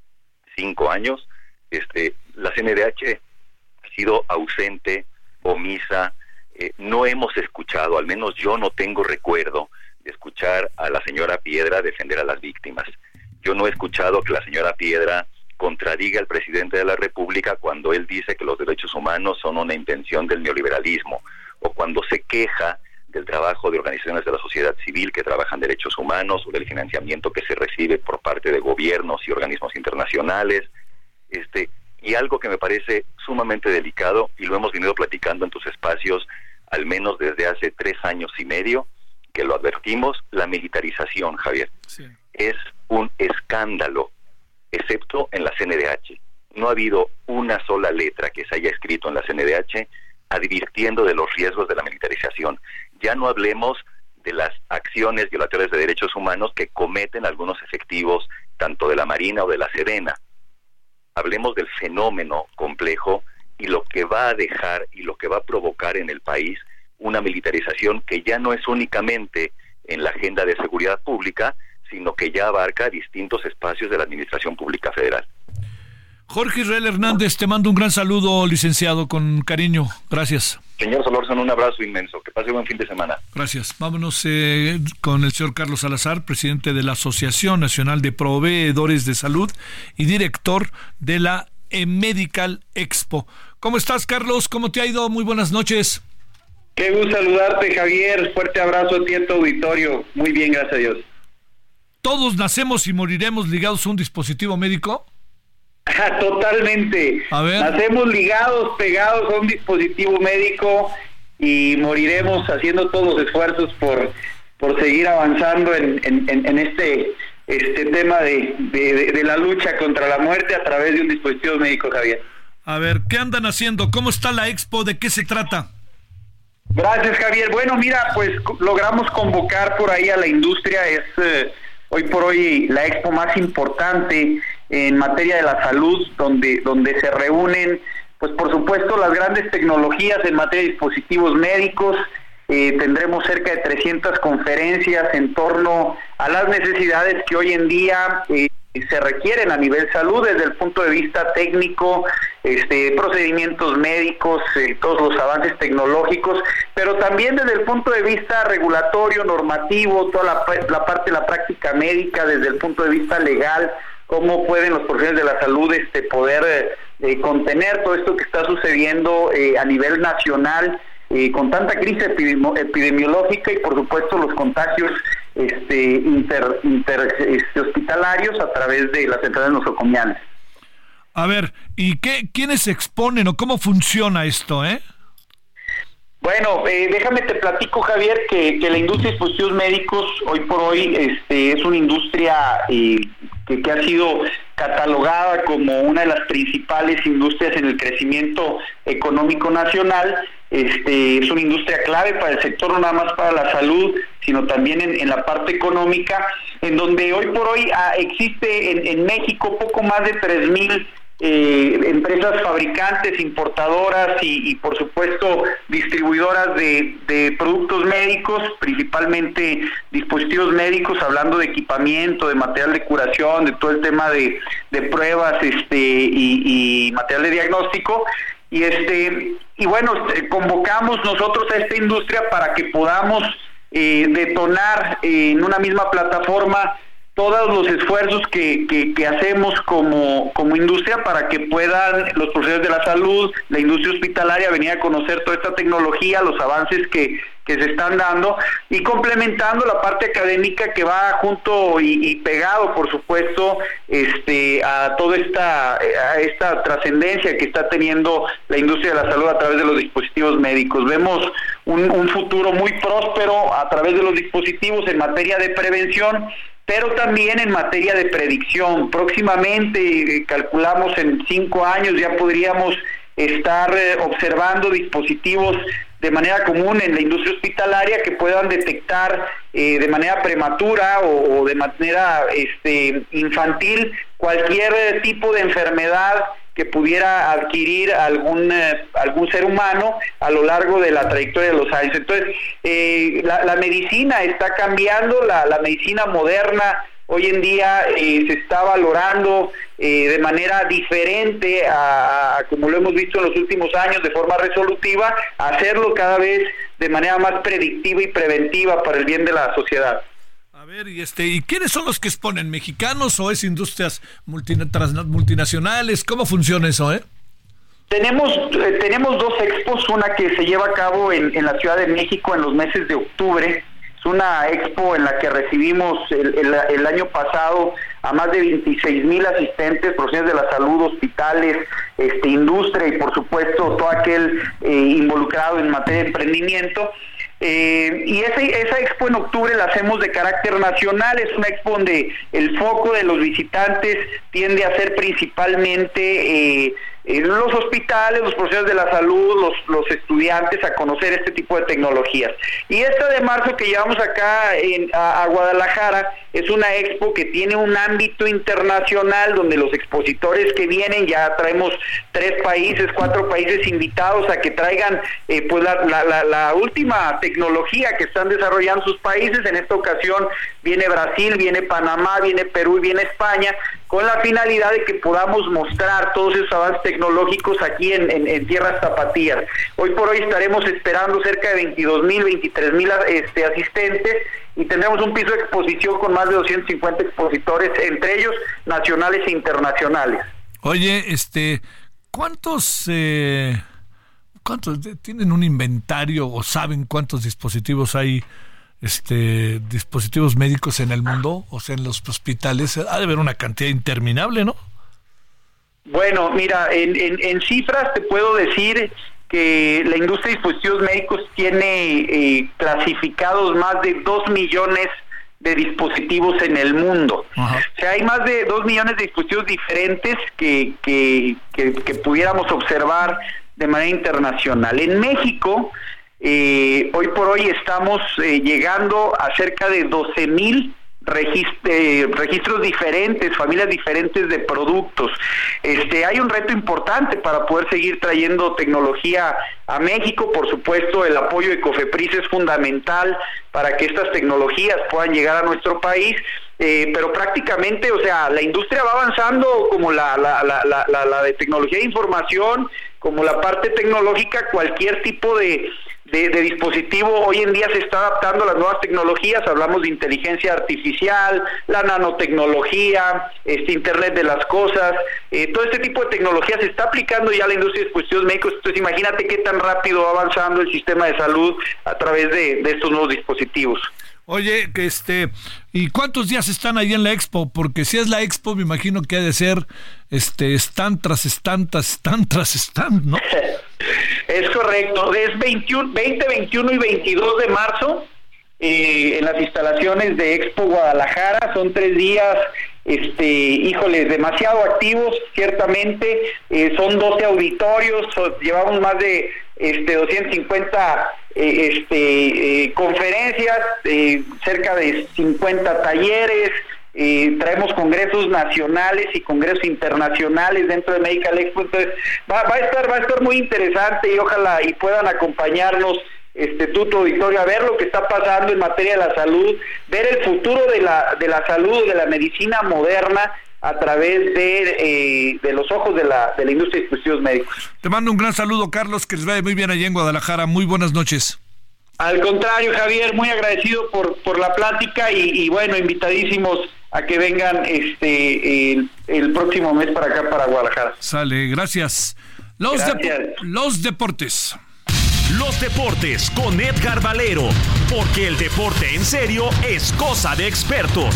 5 años, la CNDH ha sido ausente, omisa. No hemos escuchado, al menos yo no tengo recuerdo de escuchar a la señora Piedra defender a las víctimas. Yo no he escuchado que la señora Piedra contradiga al presidente de la República cuando él dice que los derechos humanos son una invención del neoliberalismo, o cuando se queja del trabajo de organizaciones de la sociedad civil que trabajan derechos humanos, o del financiamiento que se recibe por parte de gobiernos y organismos internacionales. Y algo que me parece sumamente delicado, y lo hemos venido platicando en tus espacios al menos desde hace 3 años y medio, que lo advertimos, la militarización, Javier. Sí. Es un escándalo, excepto en la CNDH. No ha habido una sola letra que se haya escrito en la CNDH advirtiendo de los riesgos de la militarización. Ya no hablemos de las acciones violatorias de derechos humanos que cometen algunos efectivos, tanto de la Marina o de la Sedena. Hablemos del fenómeno complejo y lo que va a dejar y lo que va a provocar en el país una militarización que ya no es únicamente en la agenda de seguridad pública, sino que ya abarca distintos espacios de la Administración Pública Federal. Jorge Israel Hernández, te mando un gran saludo, licenciado, con cariño. Gracias. Señor Solórzano, un abrazo inmenso. Que pase buen fin de semana. Gracias. Vámonos con el señor Carlos Salazar, presidente de la Asociación Nacional de Proveedores de Salud y director de la Medical Expo. ¿Cómo estás, Carlos? ¿Cómo te ha ido? Muy buenas noches. Qué gusto saludarte, Javier. Fuerte abrazo a ti y a tu auditorio. Muy bien, gracias a Dios. ¿Todos nacemos y moriremos ligados a un dispositivo médico? Totalmente. A ver. Nacemos ligados, pegados a un dispositivo médico y moriremos haciendo todos los esfuerzos por seguir avanzando en este tema de la lucha contra la muerte a través de un dispositivo médico, Javier. A ver, ¿qué andan haciendo? ¿Cómo está la expo? ¿De qué se trata? Gracias, Javier. Bueno, mira, pues logramos convocar por ahí a la industria. Es hoy por hoy la expo más importante en materia de la salud, donde se reúnen, pues por supuesto, las grandes tecnologías en materia de dispositivos médicos. Tendremos cerca de 300 conferencias en torno a las necesidades que hoy en día se requieren a nivel salud desde el punto de vista técnico, procedimientos médicos, todos los avances tecnológicos, pero también desde el punto de vista regulatorio, normativo, toda la parte de la práctica médica, desde el punto de vista legal, cómo pueden los profesionales de la salud poder contener todo esto que está sucediendo a nivel nacional, con tanta crisis epidemiológica y por supuesto los contagios hospitalarios a través de las enfermedades nosocomiales. A ver, ¿y quiénes exponen o cómo funciona esto, Bueno, déjame te platico, Javier, que la industria de dispositivos médicos hoy por hoy es una industria que ha sido catalogada como una de las principales industrias en el crecimiento económico nacional. Es una industria clave para el sector, no nada más para la salud, sino también en la parte económica, en donde hoy por hoy existe en México poco más de 3,000 empresas fabricantes, importadoras y por supuesto distribuidoras de productos médicos, principalmente dispositivos médicos, hablando de equipamiento, de material de curación, de todo el tema de pruebas y material de diagnóstico. Y bueno, convocamos nosotros a esta industria para que podamos detonar en una misma plataforma todos los esfuerzos que hacemos como industria para que puedan los profesionales de la salud, la industria hospitalaria, venir a conocer toda esta tecnología, los avances que se están dando y complementando la parte académica que va junto y pegado, por supuesto, a toda esta trascendencia que está teniendo la industria de la salud a través de los dispositivos médicos. Vemos un futuro muy próspero a través de los dispositivos en materia de prevención, pero también en materia de predicción. Próximamente, calculamos en 5 años, ya podríamos estar observando dispositivos de manera común en la industria hospitalaria que puedan detectar de manera prematura o de manera infantil cualquier tipo de enfermedad que pudiera adquirir algún ser humano a lo largo de la trayectoria de los años. Entonces, la medicina está cambiando, la medicina moderna hoy en día se está valorando de manera diferente a como lo hemos visto en los últimos años, de forma resolutiva, hacerlo cada vez de manera más predictiva y preventiva para el bien de la sociedad. A ver, ¿y quiénes son los que exponen? ¿Mexicanos o es industrias multinacionales? ¿Cómo funciona eso, Tenemos 2 expos, una que se lleva a cabo en la Ciudad de México en los meses de octubre. Es una expo en la que recibimos el año pasado a más de 26,000 asistentes, profesionales de la salud, hospitales, industria y por supuesto todo aquel involucrado en materia de emprendimiento. Y esa expo en octubre la hacemos de carácter nacional. Es una expo donde el foco de los visitantes tiende a ser principalmente los hospitales, los profesionales de la salud, los estudiantes, a conocer este tipo de tecnologías. Y esta de marzo que llevamos acá a Guadalajara es una expo que tiene un ámbito internacional donde los expositores que vienen, ya traemos 4 países invitados a que traigan pues la última tecnología que están desarrollando sus países. En esta ocasión viene Brasil, viene Panamá, viene Perú y viene España, con la finalidad de que podamos mostrar todos esos avances tecnológicos aquí en tierras tapatías. Hoy por hoy estaremos esperando cerca de 22,000, 23,000 asistentes, y tendremos un piso de exposición con más de 250 expositores, entre ellos nacionales e internacionales. Oye, ¿cuántos tienen un inventario o saben cuántos dispositivos hay, dispositivos médicos en el mundo? O sea, en los hospitales ha de haber una cantidad interminable, ¿no? Bueno, mira, en cifras te puedo decir que la industria de dispositivos médicos tiene clasificados más de 2 millones de dispositivos en el mundo. Ajá. O sea, hay más de 2 millones de dispositivos diferentes que pudiéramos observar de manera internacional. En México, hoy por hoy estamos llegando a cerca de 12,000 registros diferentes, familias diferentes de productos. Hay un reto importante para poder seguir trayendo tecnología a México. Por supuesto, el apoyo de COFEPRIS es fundamental para que estas tecnologías puedan llegar a nuestro país. Pero prácticamente, o sea, la industria va avanzando, como la de tecnología de información, como la parte tecnológica. Cualquier tipo de dispositivo hoy en día se está adaptando a las nuevas tecnologías. Hablamos de inteligencia artificial, la nanotecnología, Internet de las cosas, todo este tipo de tecnología se está aplicando ya a la industria de dispositivos médicos. Entonces imagínate qué tan rápido va avanzando el sistema de salud a través de estos nuevos dispositivos. Oye, ¿y cuántos días están ahí en la expo? Porque si es la expo, me imagino que ha de ser stand tras stand, ¿no? Es correcto, es 20, 21 y 22 de marzo en las instalaciones de Expo Guadalajara. Son 3 días, demasiado activos, ciertamente. Son 12 auditorios, llevamos más de 250 conferencias, cerca de 50 talleres. Traemos congresos nacionales y congresos internacionales dentro de Medical Expo. Entonces va a estar muy interesante, y ojalá y puedan acompañarnos tu auditorio a ver lo que está pasando en materia de la salud, ver el futuro de la salud, de la medicina moderna a través de los ojos de la industria de dispositivos médicos. Te mando un gran saludo, Carlos, que les vaya muy bien allá en Guadalajara. Muy buenas noches. Al contrario, Javier, muy agradecido por la plática y bueno, invitadísimos a que vengan el próximo mes para acá, para Guadalajara. Sale, gracias. Los deportes. Los deportes con Edgar Valero, porque el deporte en serio es cosa de expertos.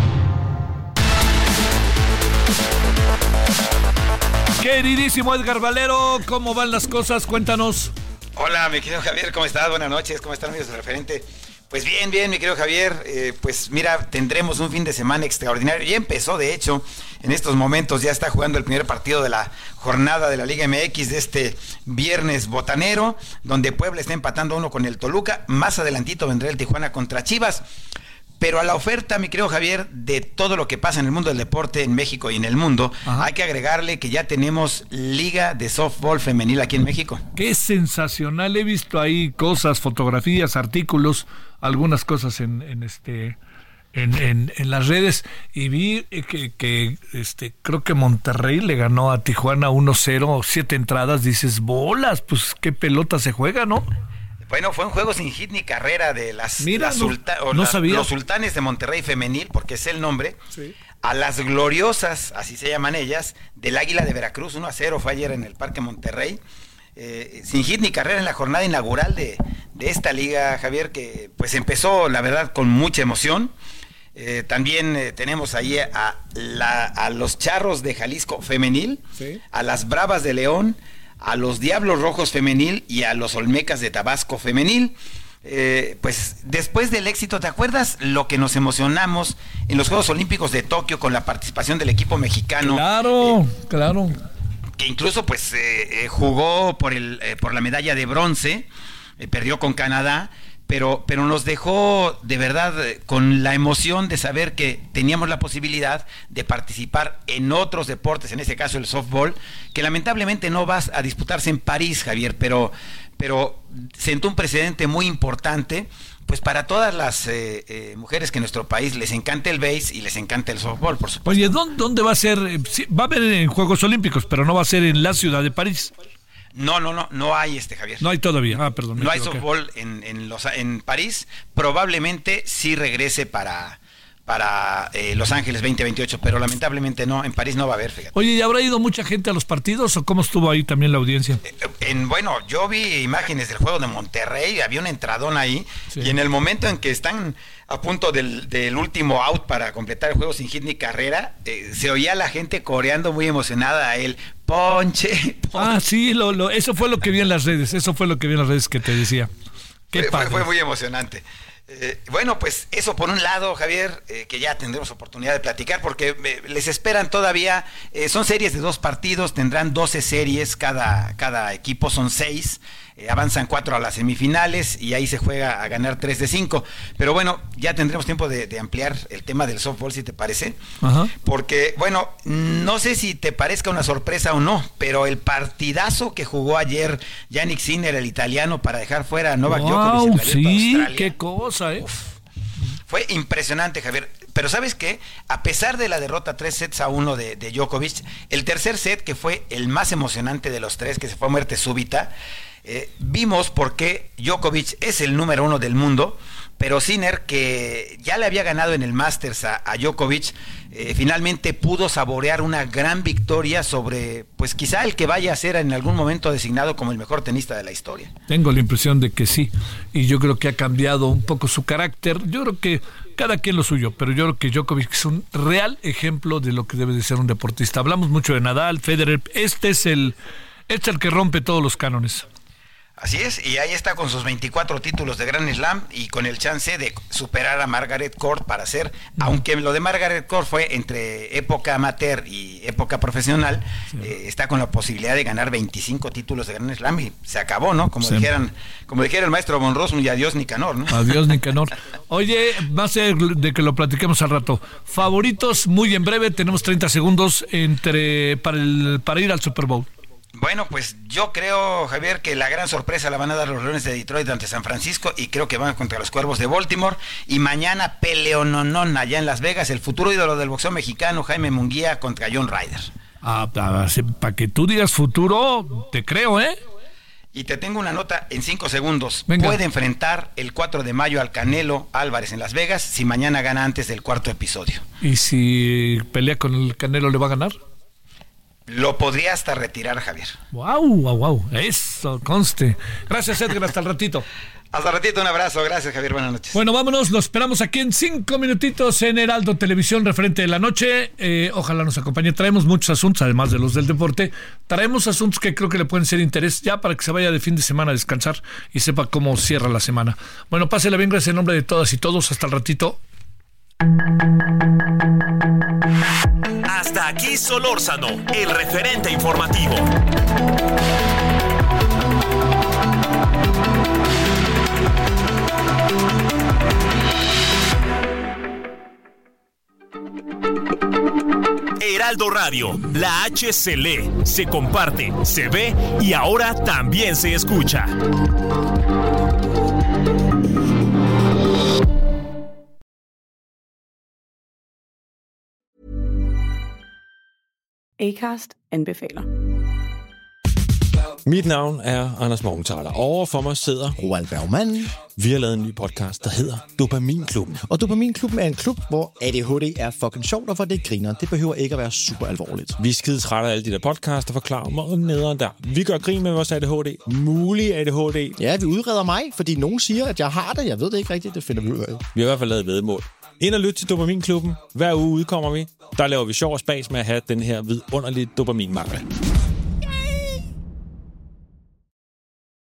Queridísimo Edgar Valero, ¿cómo van las cosas? Cuéntanos. Hola, mi querido Javier, ¿cómo estás? Buenas noches, ¿cómo están, amigos del Referente? Pues bien, mi querido Javier, pues mira, tendremos un fin de semana extraordinario. Ya empezó, de hecho, en estos momentos ya está jugando el primer partido de la jornada de la Liga MX de este viernes botanero, donde Puebla está empatando 1 con el Toluca. Más adelantito vendrá el Tijuana contra Chivas. Pero a la oferta, mi querido Javier, de todo lo que pasa en el mundo del deporte en México y en el mundo, hay que agregarle que ya tenemos Liga de Softball Femenil aquí en México. Qué sensacional, he visto ahí cosas, fotografías, artículos, algunas cosas en las redes, y vi que creo que Monterrey le ganó a Tijuana 1-0, 7 entradas. Dices, bolas, pues qué pelota se juega, ¿no? Bueno, fue un juego sin hit ni carrera de sabía. Los Sultanes de Monterrey Femenil, porque es el nombre, a las gloriosas, así se llaman ellas, del Águila de Veracruz. 1-0 fue ayer en el Parque Monterrey. Sin hit ni carrera en la jornada inaugural de esta liga, Javier, que pues empezó, la verdad, con mucha emoción. También tenemos ahí a los Charros de Jalisco Femenil, a las Bravas de León, a los Diablos Rojos Femenil y a los Olmecas de Tabasco Femenil. Pues después del éxito, ¿te acuerdas lo que nos emocionamos en los Juegos Olímpicos de Tokio con la participación del equipo mexicano? Claro. Que incluso pues jugó por la medalla de bronce, perdió con Canadá, pero nos dejó de verdad con la emoción de saber que teníamos la posibilidad de participar en otros deportes, en este caso el softball, que lamentablemente no va a disputarse en París, Javier, pero sentó un precedente muy importante, pues para todas las mujeres que en nuestro país les encanta el béis y les encanta el softball, por supuesto. Oye, ¿dónde va a ser? Sí, va a haber en Juegos Olímpicos, pero no va a ser en la ciudad de París. No hay Javier. No hay todavía. Perdón. No hay softball en París. Probablemente sí regrese para Los Ángeles 2028, pero lamentablemente no, en París no va a haber, fíjate. Oye, ¿y habrá ido mucha gente a los partidos o cómo estuvo ahí también la audiencia? Bueno, yo vi imágenes del juego de Monterrey, había un entradón ahí, y en el momento en que están a punto del último out para completar el juego sin hit ni carrera, se oía a la gente coreando muy emocionada a él. Ponche. Sí, eso fue lo que vi en las redes, que te decía. Fue muy emocionante. Bueno, pues eso por un lado, Javier, que ya tendremos oportunidad de platicar, porque les esperan todavía, son series de 2 partidos, tendrán 12 series cada equipo, son 6, avanzan 4 a las semifinales y ahí se juega a ganar 3 de 5, pero bueno, ya tendremos tiempo de ampliar el tema del softball, si te parece, porque bueno, no sé si te parezca una sorpresa o no, pero el partidazo que jugó ayer Jannik Sinner, el italiano, para dejar fuera a Novak Djokovic, sí, qué cosa, Fue impresionante, Javier. Pero ¿sabes qué? A pesar de la derrota 3-1 de Djokovic, el tercer set, que fue el más emocionante de los 3, que se fue a muerte súbita, vimos por qué Djokovic es el número 1 del mundo, pero Sinner, que ya le había ganado en el Masters a Djokovic, finalmente pudo saborear una gran victoria sobre, pues quizá el que vaya a ser en algún momento designado como el mejor tenista de la historia. Tengo la impresión de que sí, y yo creo que ha cambiado un poco su carácter. Yo creo que cada quien lo suyo, pero yo creo que Djokovic es un real ejemplo de lo que debe de ser un deportista. Hablamos mucho de Nadal, Federer, este es el que rompe todos los cánones. Así es, y ahí está con sus 24 títulos de Grand Slam y con el chance de superar a Margaret Court para ser, aunque lo de Margaret Court fue entre época amateur y época profesional, está con la posibilidad de ganar 25 títulos de Grand Slam y se acabó, ¿no? Como dijera el maestro Von Rossum, y adiós Nicanor, ¿no? Adiós Nicanor. Oye, va a ser de que lo platiquemos al rato. Favoritos, muy en breve, tenemos 30 segundos para ir al Super Bowl. Bueno, pues yo creo, Javier, que la gran sorpresa la van a dar los Leones de Detroit ante San Francisco, y creo que van contra los Cuervos de Baltimore, y mañana peleononón allá en Las Vegas, el futuro ídolo del boxeo mexicano, Jaime Munguía, contra John Ryder. Para que tú digas futuro, te creo, Y te tengo una nota en 5 segundos. Venga. Puede enfrentar el 4 de mayo al Canelo Álvarez en Las Vegas si mañana gana antes del 4º episodio. ¿Y si pelea con el Canelo le va a ganar? Lo podría hasta retirar, Javier. Wow, eso conste. Gracias, Edgar, hasta el ratito. Hasta ratito, un abrazo, gracias, Javier, buenas noches. Bueno, vámonos, lo esperamos aquí en 5 minutitos en Heraldo Televisión, referente de la noche. Ojalá nos acompañe. Traemos muchos asuntos, además de los del deporte. Traemos asuntos que creo que le pueden ser de interés ya para que se vaya de fin de semana a descansar y sepa cómo cierra la semana. Bueno, pásela bien, gracias en nombre de todas y todos. Hasta el ratito. Hasta aquí Solórzano, el referente informativo. Heraldo Radio, la H se lee, se comparte, se ve y ahora también se escucha. Acast anbefaler. Mit navn er Anders Morgenthaler. Over for mig sidder Roald Bergmann. Vi har lavet en ny podcast, der hedder Dopaminklubben. Og Dopaminklubben er en klub, hvor ADHD er fucking sjovt, og hvor det griner. Det behøver ikke at være super alvorligt. Vi er skide trætte af alle de der podcasts, der forklarer mig nederen der. Vi gør grin med vores ADHD. Mulig ADHD. Ja, vi udreder mig, fordi nogen siger, at jeg har det. Jeg ved det ikke rigtigt, det finder vi ud af. Vi har i hvert fald lavet væddemål. Ind og lyt til Dopaminklubben. Hver uge udkommer vi. Der laver vi sjov og spas med at have den her vidunderlige dopaminmangel.